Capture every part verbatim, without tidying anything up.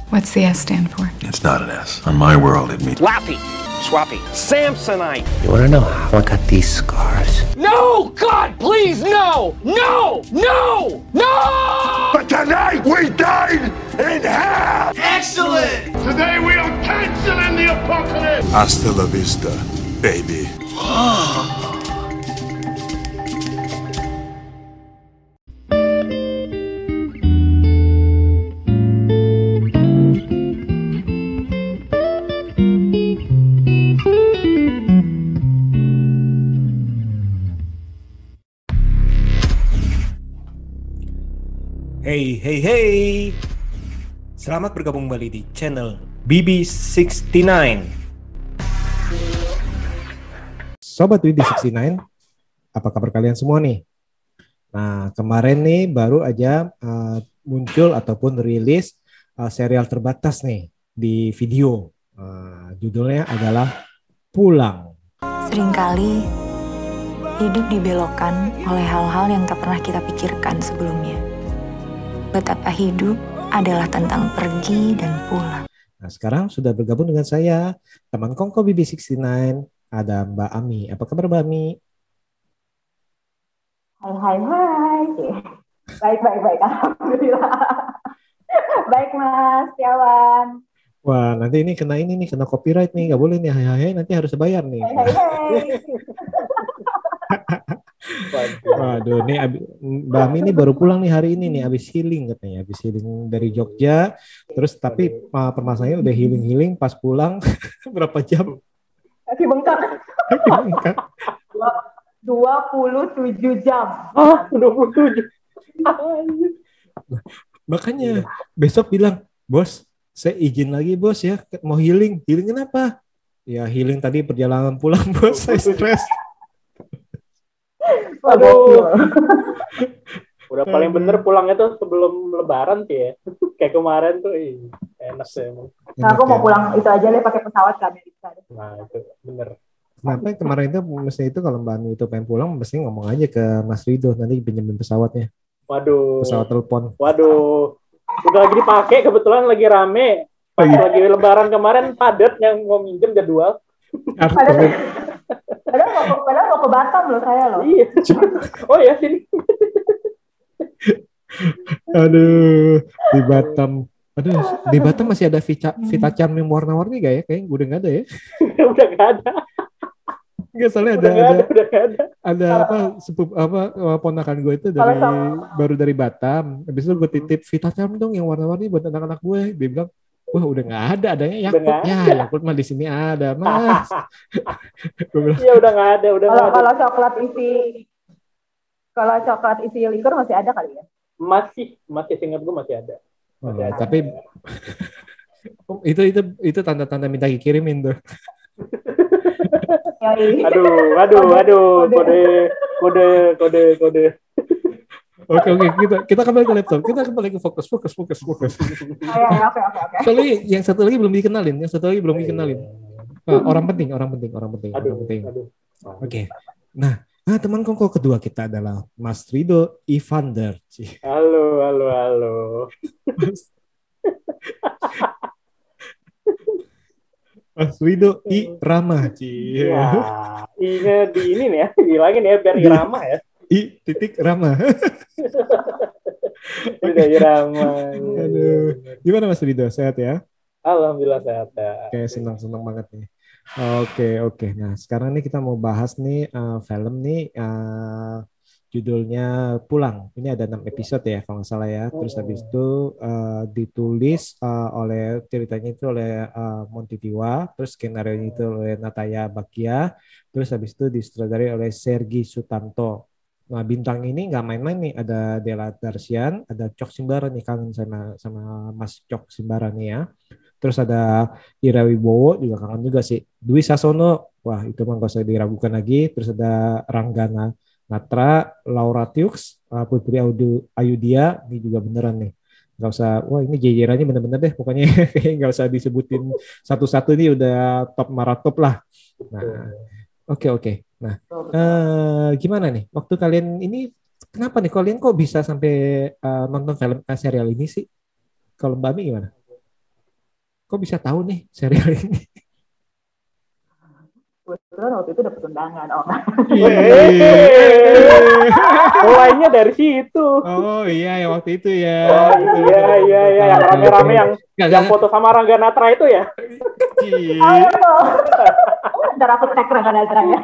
What's the S stand for? It's not an S. On my world, it means Lappy, Swappy, Samsonite. You wanna know how I got these scars? No! God, please, no! No! No! No! But tonight we dine in hell! Excellent! Today we are canceling the apocalypse! Hasta la vista, baby. Hey, hey, hey. Selamat bergabung kembali di channel B B enam sembilan. Sobat B B enam sembilan, apa kabar kalian semua nih? Nah, kemarin nih baru aja uh, muncul ataupun rilis uh, serial terbatas nih di video. Uh, judulnya adalah Pulang. Seringkali hidup dibelokkan oleh hal-hal yang tak pernah kita pikirkan sebelumnya. Betapa hidup adalah tentang pergi dan pulang. Nah, sekarang sudah bergabung dengan saya, teman Kongko B B enam sembilan, ada Mbak Ami. Apa kabar Mbak Ami? Hai hai hai. Baik baik baik, alhamdulillah. Baik Mas Tiawan. Wah, nanti ini kena ini nih, kena copyright nih, nggak boleh nih, hai hai hai, nanti harus bayar nih. Hai hai hai. Waduh, nih Mbak Ami ini baru pulang nih hari ini nih, habis healing katanya, habis healing dari Jogja. Terus tapi uh, permasalahannya udah healing-healing, pas pulang berapa jam? Masih bengkak. Bengkak. dua puluh tujuh jam. Ah, dua puluh tujuh. Makanya besok bilang, bos, saya izin lagi bos ya, mau healing. Healing kenapa? Ya healing tadi perjalanan pulang bos, saya stres. Waduh. Udah paling bener pulangnya tuh sebelum lebaran sih ya. Kayak kemarin tuh ih, enak sih emang. Nah, aku mau pulang itu aja deh pakai pesawat ke Amerika. Nah, itu bener. Kenapa kemarin itu mesti itu kalau Mbak Ani itu pengen pulang mesti ngomong aja ke Mas Rido, nanti pinjemin pesawatnya. Waduh. Pesawat telepon. Waduh. Udah lagi dipakai, kebetulan lagi rame. Pas lagi lebaran kemarin padat yang mau minjem jadwal. Padahal, padahal, mau, padahal mau ke Batam loh saya loh. Iya. Oh ya sini. Aduh, di Batam. Aduh, di Batam masih ada Vita, Vita Charm yang warna-warni gak ya? Kayaknya udah gak ada ya. Udah gak ada. Enggak, soalnya ada, udah ada, ada, udah gak ada. Ada apa, sepup, apa ponakan gue itu dari baru dari Batam. Habis itu gue titip Vita Charm dong yang warna-warni buat anak-anak gue. Dia bilang, wah udah nggak ada, adanya Yakult. Ya, Yakult mah di sini ada, Mas. Iya udah nggak ada, udah kalau, ada. Kalau coklat isi, kalau coklat isi likur masih ada kali ya? Masih, masih seingat gue masih ada. Masih oh, ada. Tapi itu itu itu tanda-tanda minta dikirimin tuh. Aduh, aduh, aduh, kode, kode, kode, kode. Oke oke kita kita kembali ke laptop, kita kembali ke fokus fokus fokus fokus. Oke oke oke. Soalnya yang satu lagi belum dikenalin, yang satu lagi belum dikenalin. Uh, orang penting, orang penting, orang penting, aduh, orang penting. Oke. Okay. Nah, nah teman kongko kedua kita adalah Mas Rido Evander. Halo, halo, halo. Mas Rido Irama. Ya, ini di ini nih ya, hilangin ya biar Irama ya. I titik Rama. Udah Irama. Aduh. Gimana Mas Rido? Sehat ya? Alhamdulillah sehat ya. Oke, senang-senang banget nih. Oke, oke. Nah, sekarang nih kita mau bahas nih uh, film nih uh, judulnya Pulang. Ini ada enam episode ya kalau nggak salah ya. Terus habis itu uh, ditulis uh, oleh ceritanya itu oleh uh, Monty Tiwa, terus skenario itu oleh Nataya Bakia, terus habis itu disutradarai oleh Sergi Sutanto. Nah, bintang ini nggak main-main nih, ada Della Darsian, ada Cok Simbara nih, kangen sama sama Mas Cok Simbara nih ya. Terus ada Ira Wibowo juga kangen juga sih. Dwi Sasono, wah itu mah nggak usah diragukan lagi. Terus ada Ranggana Natra, Laura Tiux, Putri Audu, Ayudia, ini juga beneran nih. Nggak usah, wah ini jejerannya bener-bener deh, pokoknya nggak usah disebutin satu-satu nih udah top maratop lah. Nah, oke oke. Nah, uh, gimana nih? Waktu kalian ini, kenapa nih kalian kok bisa sampai uh, nonton film uh, serial ini sih? Kalau Mbak Mi gimana? kok bisa tahu nih serial ini? Kebetulan waktu itu dapet undangan. Oh. Mulainya dari situ. Oh iya, ya waktu itu ya. Oh, iya, iya, iya. Yang rame-rame yang, gak, yang foto sama Rangga Natra itu ya. Ayo. Ntar aku tag Rangga Natra ya.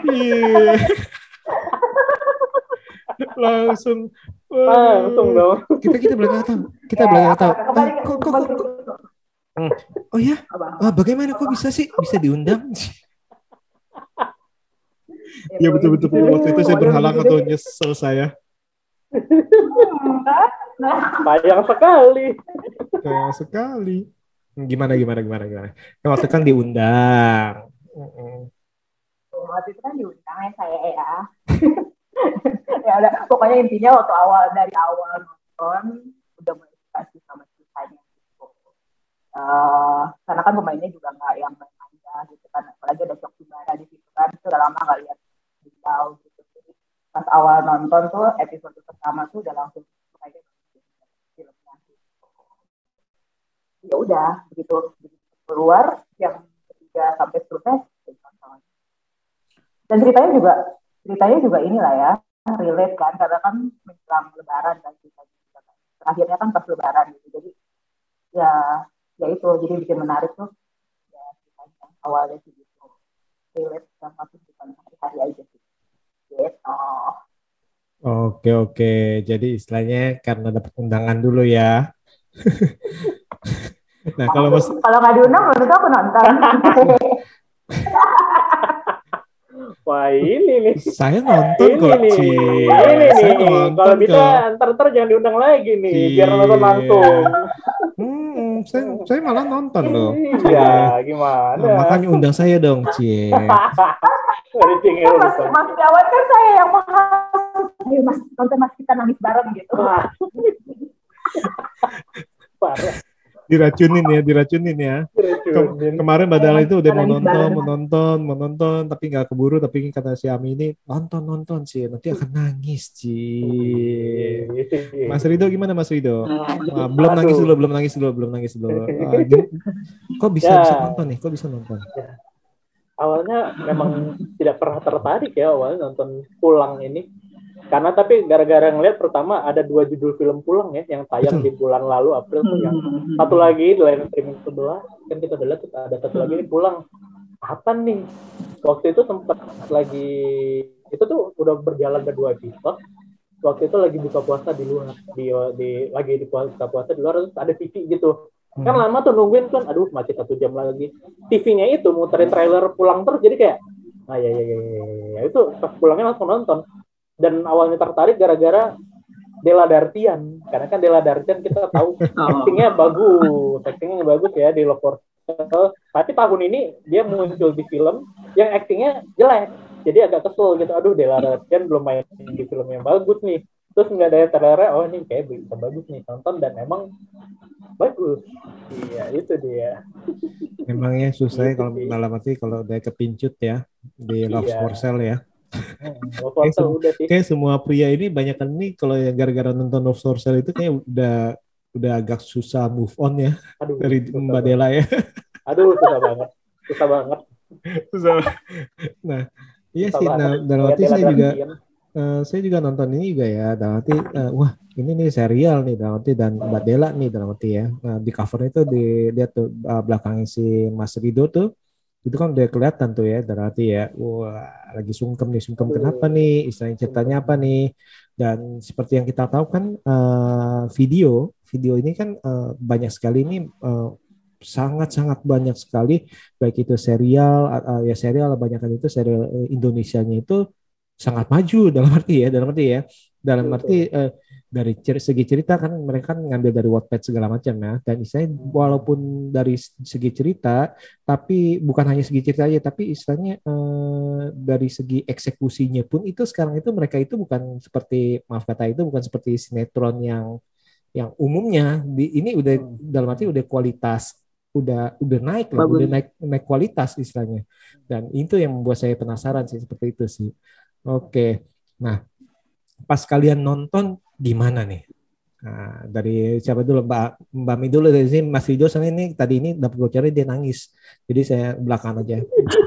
Langsung. Langsung dong. Kita kita belum tahu. Kita belum tahu. Kok kok kok. Oh ya? Ah, bagaimana kok bisa sih bisa diundang? Ya betul-betul waktu itu saya berhalang atau nyesel saya. Sayang sekali. Sayang sekali. Gimana gimana gimana gimana. Nah, waktu kan diundang. Waktu itu kan diundang ya saya ya. Ya udah, pokoknya intinya waktu awal dari awal nonton udah mulai kasih sama ceritanya. Uh, karena kan pemainnya juga nggak yang main-main gitu kan, apalagi ada Cok Sibara di situ kan, itu udah lama nggak lihat beliau gitu. Jadi pas awal nonton tuh episode pertama tuh udah langsung kayak filmnya gitu. Ya udah begitu, begitu keluar yang ketiga sampai seterusnya, dan ceritanya juga ceritanya juga inilah ya relate kan, karena kan menjelang Lebaran kan ceritanya, terakhirnya kan pas Lebaran gitu, jadi ya ya itu jadi bikin menarik tuh ya ceritanya awalnya sih gitu, relate sama kehidupan hari-hari aja sih gitu. Oke oke, jadi istilahnya karena dapat undangan dulu ya. Nah kalau mas kalau nggak diundang menurut aku nonton. Wah ini nih. Saya nonton ini kok nih. Ci. Ini Saya nih. Kalau bisa ntar-ntar jangan diundang lagi nih, Ci. Biar nonton langsung. Hmm, saya, saya malah nonton loh. Iya, gimana? Nah, makanya undang saya dong, Ci. Mas, Mas Jawan kan saya yang mahal. Ayo Mas, nonton Mas kita nangis bareng gitu. Parah. Diracunin ya, diracunin ya. Diracunin. Kem- kemarin Badal itu udah mau nonton, mau nonton, mau nonton, tapi nggak keburu. Tapi kata si Ami ini nonton, nonton sih, nanti akan nangis sih. Mas Rido gimana Mas Rido? Nah, belum nangis dulu, belum nangis dulu, belum nangis dulu. Ah, gim- kok bisa Ya. bisa nonton nih? Kok bisa nonton? Ya. Awalnya memang tidak pernah tertarik ya awalnya nonton Pulang ini. Karena tapi gara-gara ngeliat pertama ada dua judul film Pulang ya yang tayang Betul. di bulan lalu April tuh, yang satu lagi di lain streaming sebelah kan kita udah lihat ada satu lagi nih Pulang apa nih, waktu itu sempat lagi itu tuh udah berjalan ke dua episode, waktu itu lagi buka puasa di luar di, di lagi di buka puasa di luar terus ada T V gitu kan, lama tuh nungguin kan, aduh masih satu jam lagi, T V-nya itu muterin trailer Pulang terus, jadi kayak ah ya ya ya ya, ya. Itu pas pulangnya langsung nonton. Dan awalnya tertarik gara-gara Della Dartian, karena kan Della Dartian kita tahu actingnya bagus, actingnya bagus ya di Love for Sale. Tapi tahun ini dia muncul di film yang actingnya jelek, jadi agak kesel gitu. Aduh, Della Dartian belum main di film yang bagus nih. Terus nggak ada trailer, oh ini kayak bisa bagus nih, tonton dan emang bagus. Iya itu dia. Emangnya susah ya kalau dalam arti kalau udah kepincut ya di Love Iya. for Sale ya. Hmm, Kayak, sem- udah sih. kayak semua pria ini banyak kan nih kalau yang gara-gara nonton Love for Sale itu kayak udah udah agak susah move on ya. Aduh, dari susah Mbak banget. Della ya. Aduh, susah banget. Susah banget. Susah. Nah, iya Susah sih. Nah, banget. dalam Lihat arti Della saya juga Dartian. eh, saya juga nonton ini juga ya. Dalam arti eh, wah ini nih serial nih dalam arti dan Mbak Della nih dalam arti ya. Nah, di covernya itu di lihat tuh eh, belakangnya si Mas Rido tuh itu kan udah kelihatan tuh ya dalam arti ya. Wah lagi sungkem nih sungkem kenapa nih? Istilahnya ceritanya apa nih? Dan seperti yang kita tahu kan eh, video video ini kan eh, banyak sekali ini eh, sangat-sangat banyak sekali baik itu serial uh, ya serial banyak itu serial uh, Indonesianya itu sangat maju dalam arti ya dalam arti ya dalam arti uh, dari cer- segi cerita kan mereka kan ngambil dari Wattpad segala macam ya, dan istilahnya walaupun dari segi cerita tapi bukan hanya segi cerita aja tapi istilahnya uh, dari segi eksekusinya pun itu sekarang itu mereka itu bukan seperti maaf kata itu bukan seperti sinetron yang yang umumnya di ini udah dalam arti udah kualitas udah udah naik lah, udah naik naik kualitas istilahnya, dan itu yang membuat saya penasaran sih seperti itu sih. Oke, nah pas kalian nonton gimana nih? Nah, dari siapa dulu Mbak Mbak Mi dulu dari sini Mas Rido soalnya ini tadi ini dapat bocornya dia nangis. Jadi saya belakang aja.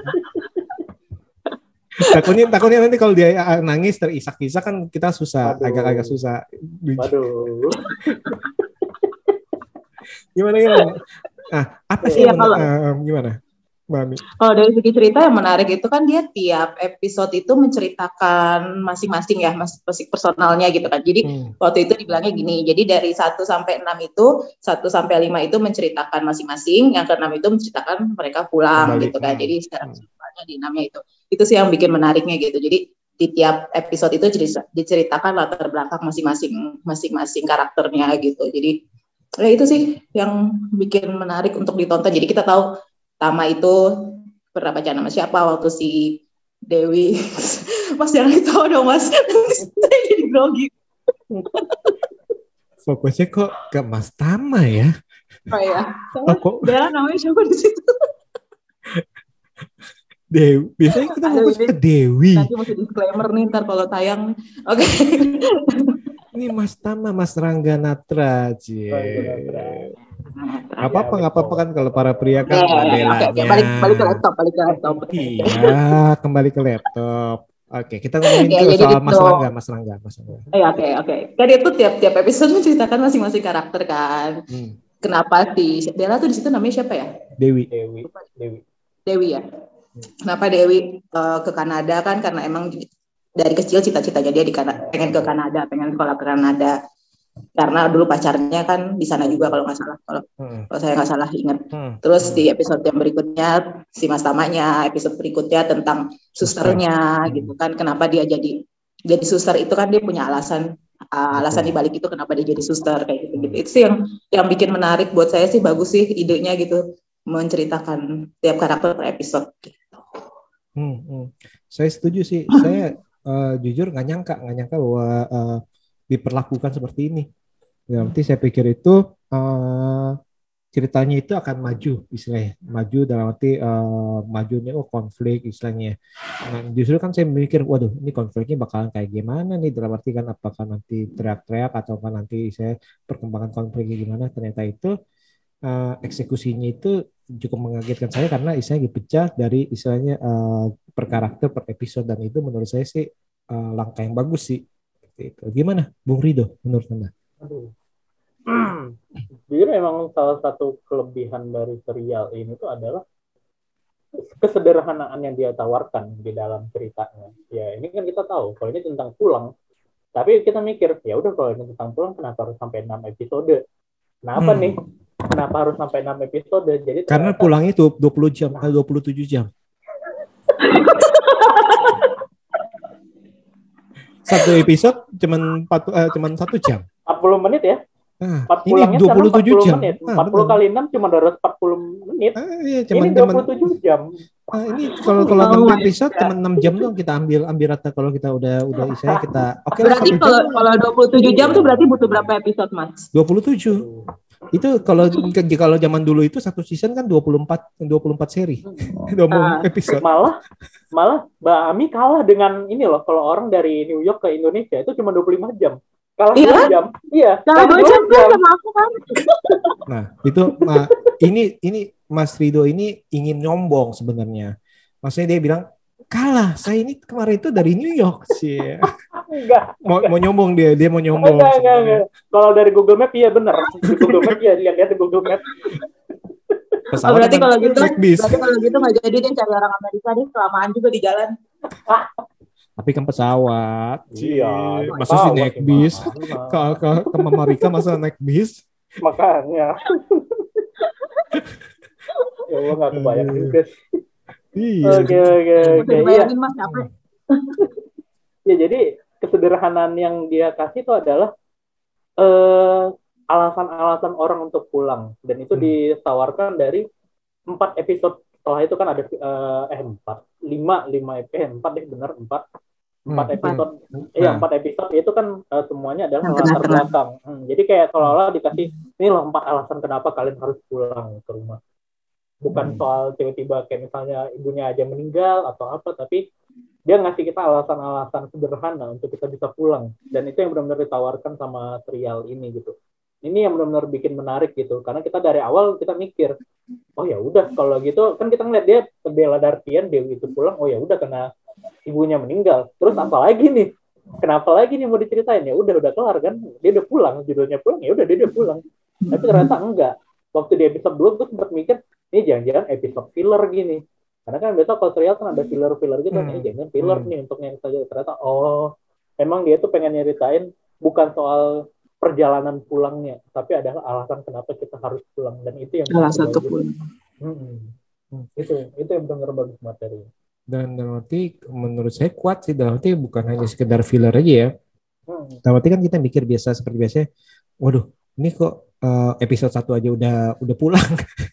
takutnya takutnya nanti kalau dia nangis terisak-isak kan kita susah, Aduh. agak-agak susah. Waduh. gimana gimana? Ah, apa sih iya, yang kalau, uh, gimana? Mami. Kalau dari segi cerita yang menarik itu kan dia tiap episode itu menceritakan masing-masing ya, masing-masing personalnya gitu kan. Jadi hmm. waktu itu dibilangnya gini, jadi dari satu sampai enam itu, satu sampai lima itu menceritakan masing-masing, yang keenam itu menceritakan mereka pulang Kembali. gitu kan. Jadi secara keseluruhannya di enamnya itu. Itu sih yang bikin menariknya gitu. Jadi di tiap episode itu diceritakan latar belakang masing-masing masing-masing karakternya gitu. Jadi ya itu sih yang bikin menarik untuk ditonton. Jadi kita tahu Tama itu pernah baca nama siapa waktu si Dewi. Mas jangan tahu dong Mas. Saya jadi grogi. Fokusnya kok ke Mas Tama ya? Oh iya. Oh, kok? Bella namanya siapa di situ? Dewi. Biasanya kita fokus ke Dewi. Nanti masih disclaimer nih ntar kalau tayang. Oke. Okay. Ini Mas Tama, Mas Rangga Natra. Gak apa-apa, gak apa-apa kan kalau para pria kan modelnya. Oke, balik, balik ke laptop, balik ke laptop. Iya, kembali ke laptop. Oke, kita ngomongin ya, ke soal gitu. Mas Rangga, Mas Rangga, Mas Rangga. Iya, oke, oke. Kan itu tiap-tiap episode menceritakan masing-masing karakter kan. Hmm. Kenapa si Bella tuh di situ namanya siapa ya? Dewi. Dewi. Dewi. Dewi ya. Kenapa Dewi uh, ke Kanada kan? Karena emang dari kecil cita-citanya dia di Kanada, pengen ke Kanada, pengen sekolah ke Kanada. Karena dulu pacarnya kan di sana juga kalau nggak salah, kalau, hmm. kalau saya nggak salah ingat. Hmm. Terus di episode yang berikutnya si Mas Tamanya, episode berikutnya tentang susternya hmm. gitu kan, kenapa dia jadi jadi suster itu kan dia punya alasan, uh, alasan di balik itu kenapa dia jadi suster kayak gitu gitu. Itu sih yang yang bikin menarik buat saya sih, bagus sih idenya gitu, menceritakan tiap karakter per episode. Gitu. Hmm, hmm. Saya setuju sih, saya uh, jujur nggak nyangka nggak nyangka bahwa uh, diperlakukan seperti ini. Ya, nanti saya pikir itu uh, ceritanya itu akan maju, istilahnya maju dalam arti uh, majunya oh konflik istilahnya. Nah, justru kan saya mikir, waduh ini konfliknya bakalan kayak gimana nih, dalam arti kan apakah nanti teriak-teriak atau kan nanti saya perkembangan konfliknya gimana. Ternyata itu uh, eksekusinya itu cukup mengagetkan saya karena istilahnya dipecah dari istilahnya uh, per karakter per episode, dan itu menurut saya sih uh, langkah yang bagus sih. Itu. Gimana, Bung Rido, menurut Anda? Aduh. Jadi memang salah satu kelebihan dari serial ini tuh adalah kesederhanaan yang dia tawarkan di dalam ceritanya. Ya ini kan kita tahu kalau ini tentang pulang, tapi kita mikir ya udah kalau ini tentang pulang kenapa harus sampai enam episode? Kenapa hmm. nih? Kenapa harus sampai enam episode? Jadi karena ternyata, pulangnya itu dua puluh jam, nah. dua puluh tujuh jam. Satu episode cuman empat, uh, cuman satu jam. empat puluh menit ya? Ah, ini dua puluh tujuh jam. Menit. Ah, empat puluh betul. Kali enam cuma harus empat puluh menit. Ah, iya, cuman, ini dua puluh tujuh cuman, jam. Ah, ini kalau kalau enam oh, episode ya. Cuma enam jam doang kita ambil ambil rata kalau kita udah udah istilahnya kita oke okay, berarti kalau kalau dua puluh tujuh jam tuh berarti butuh berapa episode, Mas? dua puluh tujuh. Itu kalau kalau zaman dulu itu satu season kan dua puluh empat seri. dua puluh uh, episode. Malah malah Mbak Ami kalah dengan ini loh, kalau orang dari New York ke Indonesia itu cuma dua puluh lima jam. Kalah iya? dua jam. Iya. Kalah dua jam tuh sama aku kan. Nah, itu nah, ini ini Mas Rido ini ingin nyombong sebenarnya. Maksudnya dia bilang, "Kalah, saya ini kemarin itu dari New York sih." Enggak, mau enggak. mau nyombong dia, dia mau nyombong. Enggak, enggak, enggak. Kalau dari Google Map iya benar. Di Google Map ya, lihat-lihat di Google Map. Oh, berarti kalau gitu, berarti kalau gitu nggak jadi dia cari orang Amerika, dia kelamaan juga di jalan. Tapi kan pesawat. Iya. Masa sih naik bis? Ke ke ke Amerika masa naik bis? Makanya. Ya Allah nggak kebayang juga. Iya. Oke oke oke. Bayangin Mas capek. Ya jadi kesederhanaan yang dia kasih itu adalah eh, alasan-alasan orang untuk pulang, dan itu hmm. ditawarkan dari empat episode. Setelah itu kan ada uh, eh empat lima lima eh empat deh benar empat empat hmm. episode iya hmm. empat episode itu kan uh, semuanya adalah latar belakang. Hmm, jadi kayak seolah-olah dikasih ini loh empat alasan kenapa kalian harus pulang ke rumah. bukan Hmm. soal tiba-tiba kayak misalnya ibunya aja meninggal atau apa, tapi dia ngasih kita alasan-alasan sederhana untuk kita bisa pulang, dan itu yang benar-benar ditawarkan sama serial ini gitu. Ini yang benar-benar bikin menarik gitu, karena kita dari awal kita mikir, oh ya udah kalau gitu kan kita ngeliat dia bela dartian Dewi itu pulang, oh ya udah karena ibunya meninggal, terus apa lagi nih, kenapa lagi nih mau diceritain, ya udah udah kelar kan, dia udah pulang, judulnya pulang, ya udah dia udah pulang. Tapi ternyata enggak. Waktu di episode dua gue sempat mikir, ini jangan-jangan episode filler gini, karena kan biasa kalau serial kan ada filler-filler gitu, Hmm. ini jangan filler Hmm. nih untuk yang saja. Ternyata oh emang dia tuh pengen nyeritain bukan soal perjalanan pulangnya, tapi adalah alasan kenapa kita harus pulang, dan itu yang Salah begitu satu bagus. pun. Hmm. Hmm. Itu itu yang benar bagus materinya. Dan dalam arti menurut saya kuat sih, dalam arti bukan hanya sekedar filler aja ya. Hmm. Dalam arti kan kita mikir biasa seperti biasanya, waduh ini kok uh, episode satu aja udah udah pulang.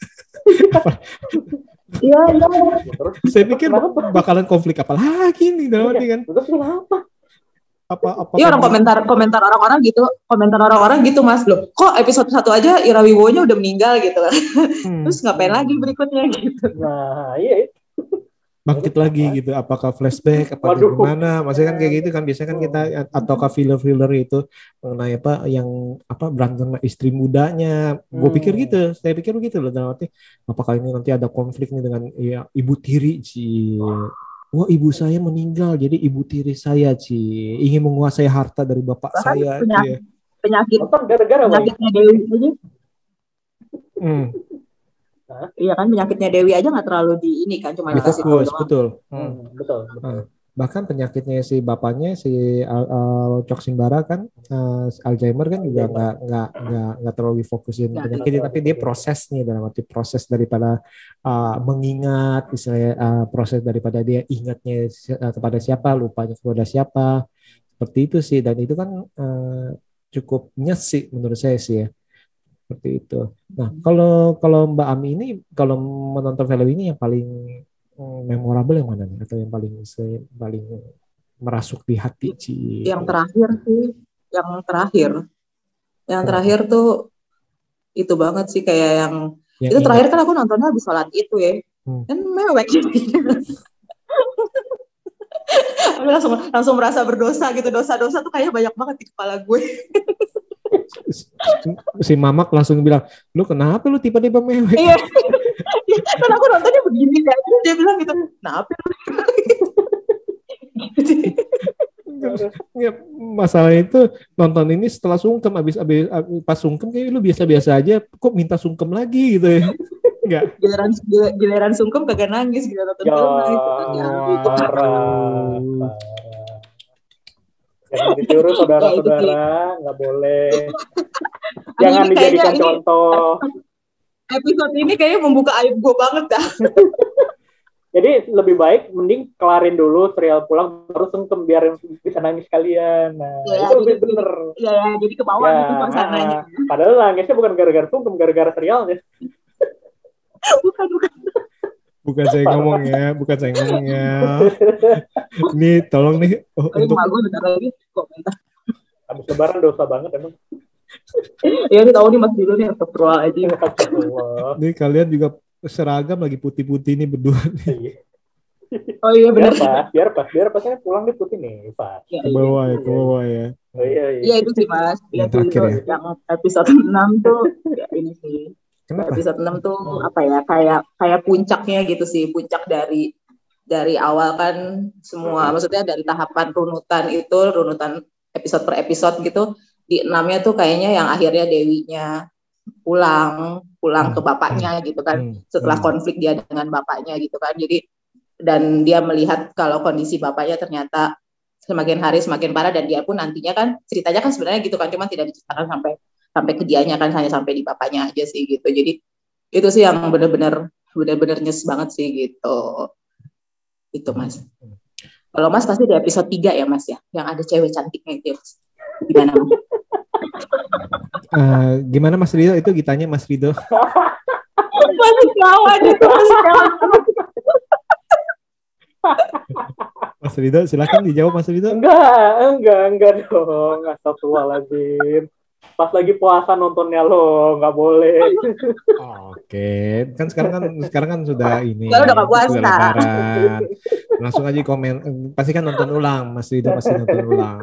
Iya, iya. Terus Saya pikir kenapa? bakalan konflik apa lagi nih dalam arti kan? Terus kenapa? Apa apa Iya, orang komentar komentar orang-orang gitu, komentar orang-orang gitu Mas, loh kok episode satu aja Ira Wibowo-nya udah meninggal gitu kan. Hmm. Terus ngapain lagi berikutnya gitu. Nah, iya. bangkit lagi gitu, apakah flashback apa Waduh. gimana, maksudnya kan kayak gitu kan biasanya kan kita, ataukah filler-filler itu mengenai apa yang apa berantem sama istri mudanya, gue Hmm. pikir gitu, saya pikir begitu loh, dalam arti apakah ini nanti ada konflik nih dengan ya, ibu tiri Ci, wah ibu saya meninggal jadi ibu tiri saya Ci ingin menguasai harta dari bapak Bahkan saya punya- Ci. Penyakit Nonton gara-gara apa? penyakitnya Dewi aja. Hmm, Iya kan penyakitnya Dewi aja nggak terlalu di ini kan, cuma dikasih tahu difokus doang. betul. Hmm. Hmm, betul, betul. Ah. Bahkan penyakitnya si bapaknya si Al, Al Cok Simbara kan eh, Alzheimer kan juga Alzheimer. nggak nggak nggak nggak terlalu difokusin Nggak penyakitnya, terlalu tapi dia prosesnya, dalam arti proses daripada uh, mengingat, misalnya uh, proses daripada dia ingatnya si- uh, kepada siapa, lupanya kepada siapa, seperti itu sih, dan itu kan uh, cukup nyes sih menurut saya sih ya, seperti itu. Nah kalau kalau Mbak Ami ini kalau menonton film ini yang paling Hmm, memorable yang mana nih, atau yang paling se- paling merasuk di hati Ci? Yang terakhir sih, yang terakhir, yang terakhir tuh itu banget sih, kayak yang, Yang itu ingat. terakhir kan aku nontonnya habis sholat itu ya, Hmm. kan mewek gitu. Aku langsung langsung merasa berdosa gitu, dosa-dosa tuh kayaknya banyak banget di kepala gue. Si Mamak langsung bilang, lu kenapa lu tiba-tiba mewek? Iya, kan aku nontonnya begini kan, dia bilang gitu, kenapa? Ya, masalah itu nonton ini setelah sungkem, abis abis abis- pas sungkem kayak lu biasa-biasa aja, kok minta sungkem lagi gitu ya? Enggak. Giliran giliran sungkem kagak nangis gitu nonton Ya, film gitu kan. Ya, gitu. parah, parah. Jangan ditiru saudara-saudara, nggak boleh. Jangan Ini kayaknya dijadikan ini- contoh. Episode ini kayaknya membuka aib gue banget dah. Jadi lebih baik mending kelarin dulu serial pulang baru sungkem biar bisa nangis kalian. Nah, Ya, itu lebih jadi- bener. Iya, ya, jadi ke bawah Ya, gitu suasananya. ah, padahal nangisnya bukan gara-gara sungkem, gara-gara serialnya. Bukan, bukan. Bukan saya ngomong ya, bukan saya ngomong ya. Nih tolong nih oh, Tapi untuk emak gue bentar lagi komentar. Habis lebaran dosa banget emang. Ya ini tahu nih Mas Dilo nih astagfirullahaladzim. Astagfirullah. nih kalian juga seragam lagi putih-putih nih berdua nih. Oh iya Biar benar. pas, biar pas, biar pas saya pulang di putih nih, pas. Ya, Ke bawah ya, ke bawah ya. Oh, iya, iya. Iya itu sih Mas. Yang Itu, terakhir itu, Yang episode enam tuh ya ini sih. Kenapa? Episode enam tuh apa ya? Kayak kayak puncaknya gitu sih, puncak dari dari awal kan semua, maksudnya dari tahapan runutan itu, runutan episode per episode gitu. Di enamnya tuh kayaknya yang akhirnya Dewinya pulang, pulang ke bapaknya gitu kan. Hmm, Setelah hmm. konflik dia dengan bapaknya gitu kan. Jadi dan dia melihat kalau kondisi bapaknya ternyata semakin hari semakin parah, dan dia pun nantinya kan ceritanya kan sebenarnya gitu kan, cuma tidak diceritakan sampai sampai ke dianya kan, hanya sampai di bapaknya aja sih gitu. Jadi itu sih yang benar-benar benar-benar nyes banget sih gitu. Itu Mas. Kalau Mas pasti di episode tiga ya Mas ya, yang ada cewek cantiknya itu Mas. Gimana Mas? Eh, gimana Mas Rido itu ditanya Mas Rido? Masih kawan itu masih kawan. Mas Rido silakan dijawab Mas Rido. Enggak, enggak, enggak dong. Astagfirullahaladzim. Pas lagi puasa nontonnya lo, nggak boleh. Oke, kan sekarang kan sekarang kan sudah ini, Sekarang udah nggak puasa. sudah lebaran. Langsung aja komen, pasti kan nonton ulang, Mas Rido pasti nonton ulang.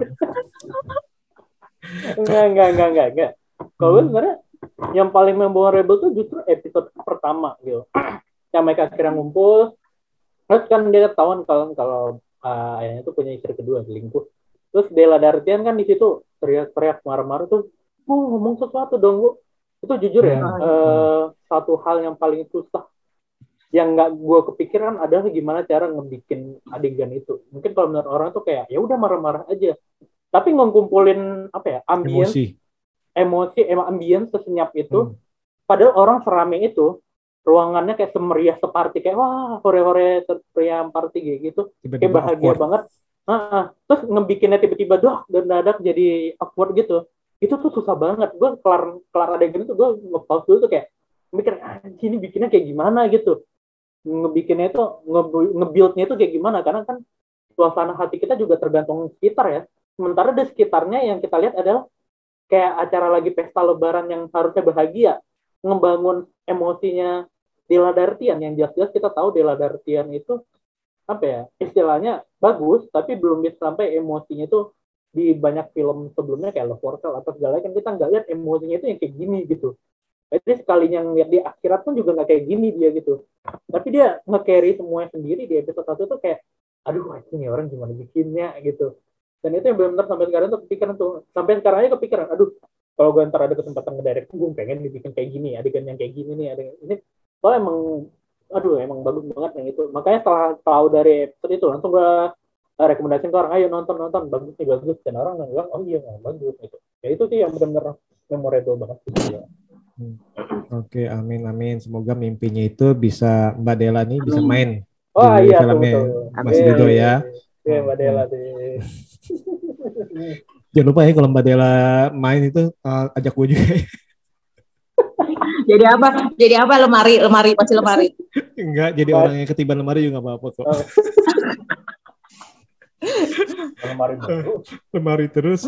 Enggak, enggak, enggak, enggak, enggak. Kalau hmm. sebenarnya yang paling memorable tuh justru episode pertama gitu. Yang mereka akhirnya ngumpul, terus kan dia ketahuan kalau kalau uh, ayahnya tuh punya istri kedua, selingkuh. Terus Della Dartian kan di situ teriak-teriak marah-marah tuh, oh, ngomong sesuatu dong Bu. Itu jujur ya, hmm. uh, satu hal yang paling susah yang nggak gue kepikiran adalah gimana cara ngebikin adegan itu. Mungkin kalau menurut orang tuh kayak ya udah marah-marah aja. Tapi ngumpulin apa ya, ambience, emosi, emosi, emang ambience sesenyap itu. Hmm. Padahal orang serame itu, ruangannya kayak semeriah separty kayak wah hore-hore semeriah party kayak gitu, tiba-tiba kayak bahagia awkward banget. Nah, terus ngebikinnya tiba-tiba doh dan dadak jadi awkward gitu. Itu tuh susah banget. Gue kelar kelar adegan itu gue nge-pause dulu tuh kayak mikir anjir ini bikinnya kayak gimana gitu. Ngebikinnya itu nge-build-nya itu kayak gimana karena kan suasana hati kita juga tergantung sekitar ya. Sementara di sekitarnya yang kita lihat adalah kayak acara lagi pesta lebaran yang harusnya bahagia, ngebangun emosinya Della Dartian yang jelas-jelas kita tahu Della Dartian itu apa ya istilahnya bagus tapi belum bisa sampai emosinya itu di banyak film sebelumnya kayak Love for Sale atau segala kan kita nggak lihat emosinya itu yang kayak gini gitu. Jadi sekalinya ngeliat di akhirat pun juga nggak kayak gini dia gitu. Tapi dia nge-carry semuanya sendiri di episode satu tuh kayak aduh ini orang gimana bikinnya gitu. Dan itu yang benar-benar sampai sekarang tuh kepikiran tuh sampai sekarang aja kepikiran aduh kalau gue ntar ada kesempatan ngedirect gue pengen dibikin kayak gini adegan yang kayak gini nih adegan ini soalnya emang aduh emang bagus banget yang itu makanya setelah tahu dari episode itu langsung gue rekomendasiin ke orang ayo nonton nonton bagus nih bagus dan orang bilang oh iya bagus gitu ya itu sih yang benar-benar memorable banget gitu ya. Hmm. Oke, amin amin. Semoga mimpinya itu bisa Mbak Della nih bisa main oh, di iya, filmnya Mas Rido ya. Iya Mbak Della deh. Jangan lupa ya kalau Mbak Della main itu uh, ajak gue juga. Jadi apa? Jadi apa lemari lemari masih lemari? Enggak, jadi Mas. Orang yang ketiban lemari juga nggak apa-apa kok. Oh. lemari terus. Lemari terus.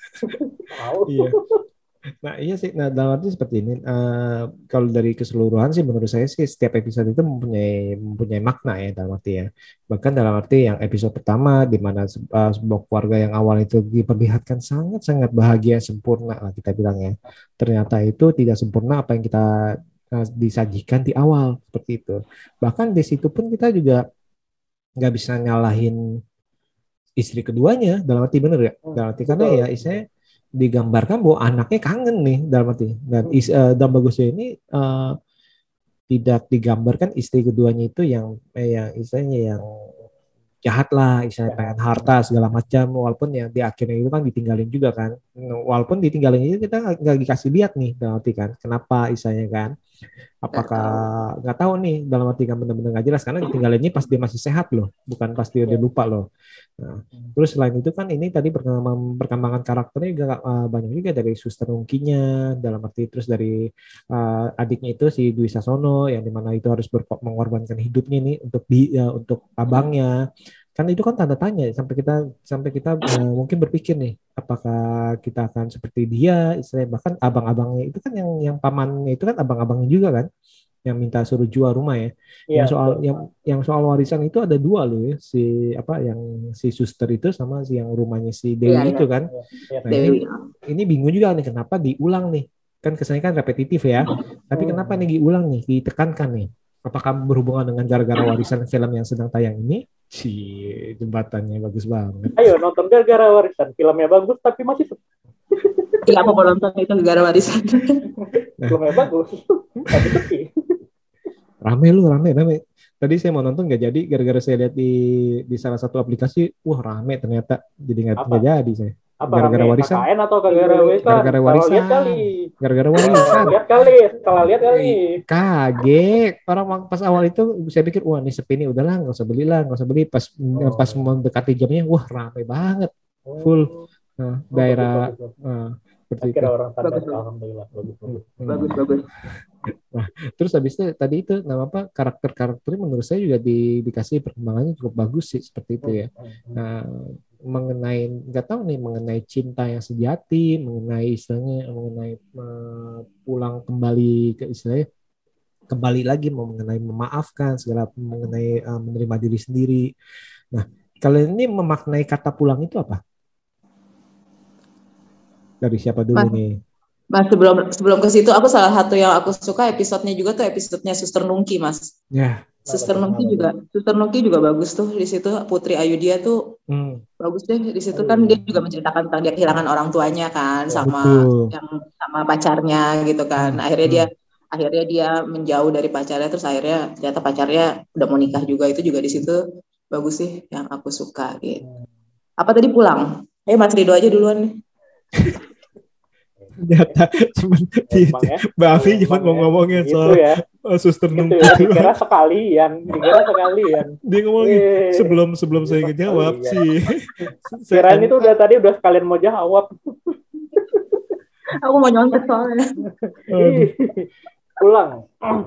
Iya. Nah iya sih, nah dalam arti seperti ini, uh, kalau dari keseluruhan sih menurut saya sih setiap episode itu mempunyai mempunyai makna ya dalam arti ya. Bahkan dalam arti yang episode pertama di mana uh, sebuah keluarga yang awal itu diperlihatkan sangat-sangat bahagia sempurna lah kita bilang ya. Ternyata itu tidak sempurna apa yang kita uh, disajikan di awal seperti itu. Bahkan di situ pun kita juga nggak bisa nyalahin istri keduanya dalam arti bener ya. Dalam arti karena ya istilahnya digambarkan bahwa anaknya kangen nih dalam arti dan is, uh, dan bagusnya ini uh, tidak digambarkan istri keduanya itu yang eh, yang istilahnya yang jahat lah istilahnya pengen harta segala macam walaupun yang di akhirnya itu kan ditinggalin juga kan walaupun ditinggalin itu kita nggak dikasih lihat nih dalam arti kan kenapa istilahnya kan apakah nggak tahu nih dalam arti kan benar-benar nggak jelas karena ditinggalinnya pas dia masih sehat loh bukan pas dia udah lupa loh. Nah, terus selain itu kan ini tadi perkembangan, perkembangan karakternya juga uh, banyak juga dari Suster Ungkinya dalam arti terus dari uh, adiknya itu si Dwi Sasono yang dimana itu harus ber- mengorbankan hidupnya nih untuk di uh, untuk abangnya kan itu kan tanda tanya sampai kita sampai kita uh, mungkin berpikir nih apakah kita akan seperti dia istilahnya bahkan abang-abangnya itu kan yang yang pamannya itu kan abang-abangnya juga kan yang minta suruh jual rumah ya. Ya yang soal betul. yang yang soal warisan itu ada dua loh ya si apa yang si suster itu sama si yang rumahnya si Dewi ya, itu ya. Kan. Ya, ya. Nah, ini, ini bingung juga nih kenapa diulang nih kan kesannya kan repetitif ya. Tapi hmm. kenapa nih diulang nih ditekankan nih? Apakah berhubungan dengan gara-gara warisan film yang sedang tayang ini? Si jembatannya bagus banget. Ayo nonton gara-gara warisan filmnya bagus tapi masih Iya apa mau nonton itu gara-gara warisan. Filmnya bagus tapi sepi. Rame lu, rame, rame. Tadi saya mau nonton nggak jadi, gara-gara saya lihat di di salah satu aplikasi, wah rame ternyata, jadi nggak jadi saya. Apa gara-gara rame? warisan? K K N atau gara-gara warisan? Gara-gara warisan. Lihat kali. Gara-gara warisan. Lihat kali, setelah lihat kali. Kaget. Orang pas awal itu saya pikir, wah ini sepi nih, udahlah nggak usah beli lah, nggak usah beli. Pas oh. pas mendekati jamnya, wah rame banget, full. Nah, oh, daerah. Bagus, bagus. Nah, seperti itu. Orang sadar, alhamdulillah bagus bagus. Hmm. Bagus bagus. Nah, terus habis itu tadi itu nama apa karakter-karakternya menurut saya juga di, dikasih perkembangannya cukup bagus sih seperti itu ya. Nah, mengenai nggak tahu nih mengenai cinta yang sejati, mengenai istilahnya mengenai uh, pulang kembali ke istilahnya kembali lagi mengenai memaafkan segala mengenai uh, menerima diri sendiri. Nah, kalian ini memaknai kata pulang itu apa? Dari siapa dulu Mas, nih? Mas sebelum sebelum ke situ aku salah satu yang aku suka episodenya juga tuh episodenya Suster Nungki, Mas. Ya. Suster Nungki juga, Suster Nungki juga bagus tuh di situ. Putri Ayudhya tuh hmm. bagus deh di situ kan dia juga menceritakan tentang dia kehilangan orang tuanya kan sama Betul. yang sama pacarnya gitu kan. Hmm. Akhirnya hmm. dia akhirnya dia menjauh dari pacarnya terus akhirnya ternyata pacarnya udah mau nikah juga, itu juga di situ bagus sih yang aku suka gitu. Apa tadi pulang? Eh Mas Rido aja duluan nih. Ternyata cuma ya, Mbak Afi cuma mau ngomongin gitu soal ya. Suster Nungki. Ya, dikira sekalian, dikira sekalian. Dia ngomongin Eee. sebelum sebelum saya ngejawab oh, sih. Kirain itu udah tadi udah sekalian mau jawab. Aku mau nyontek soalnya. Pulang,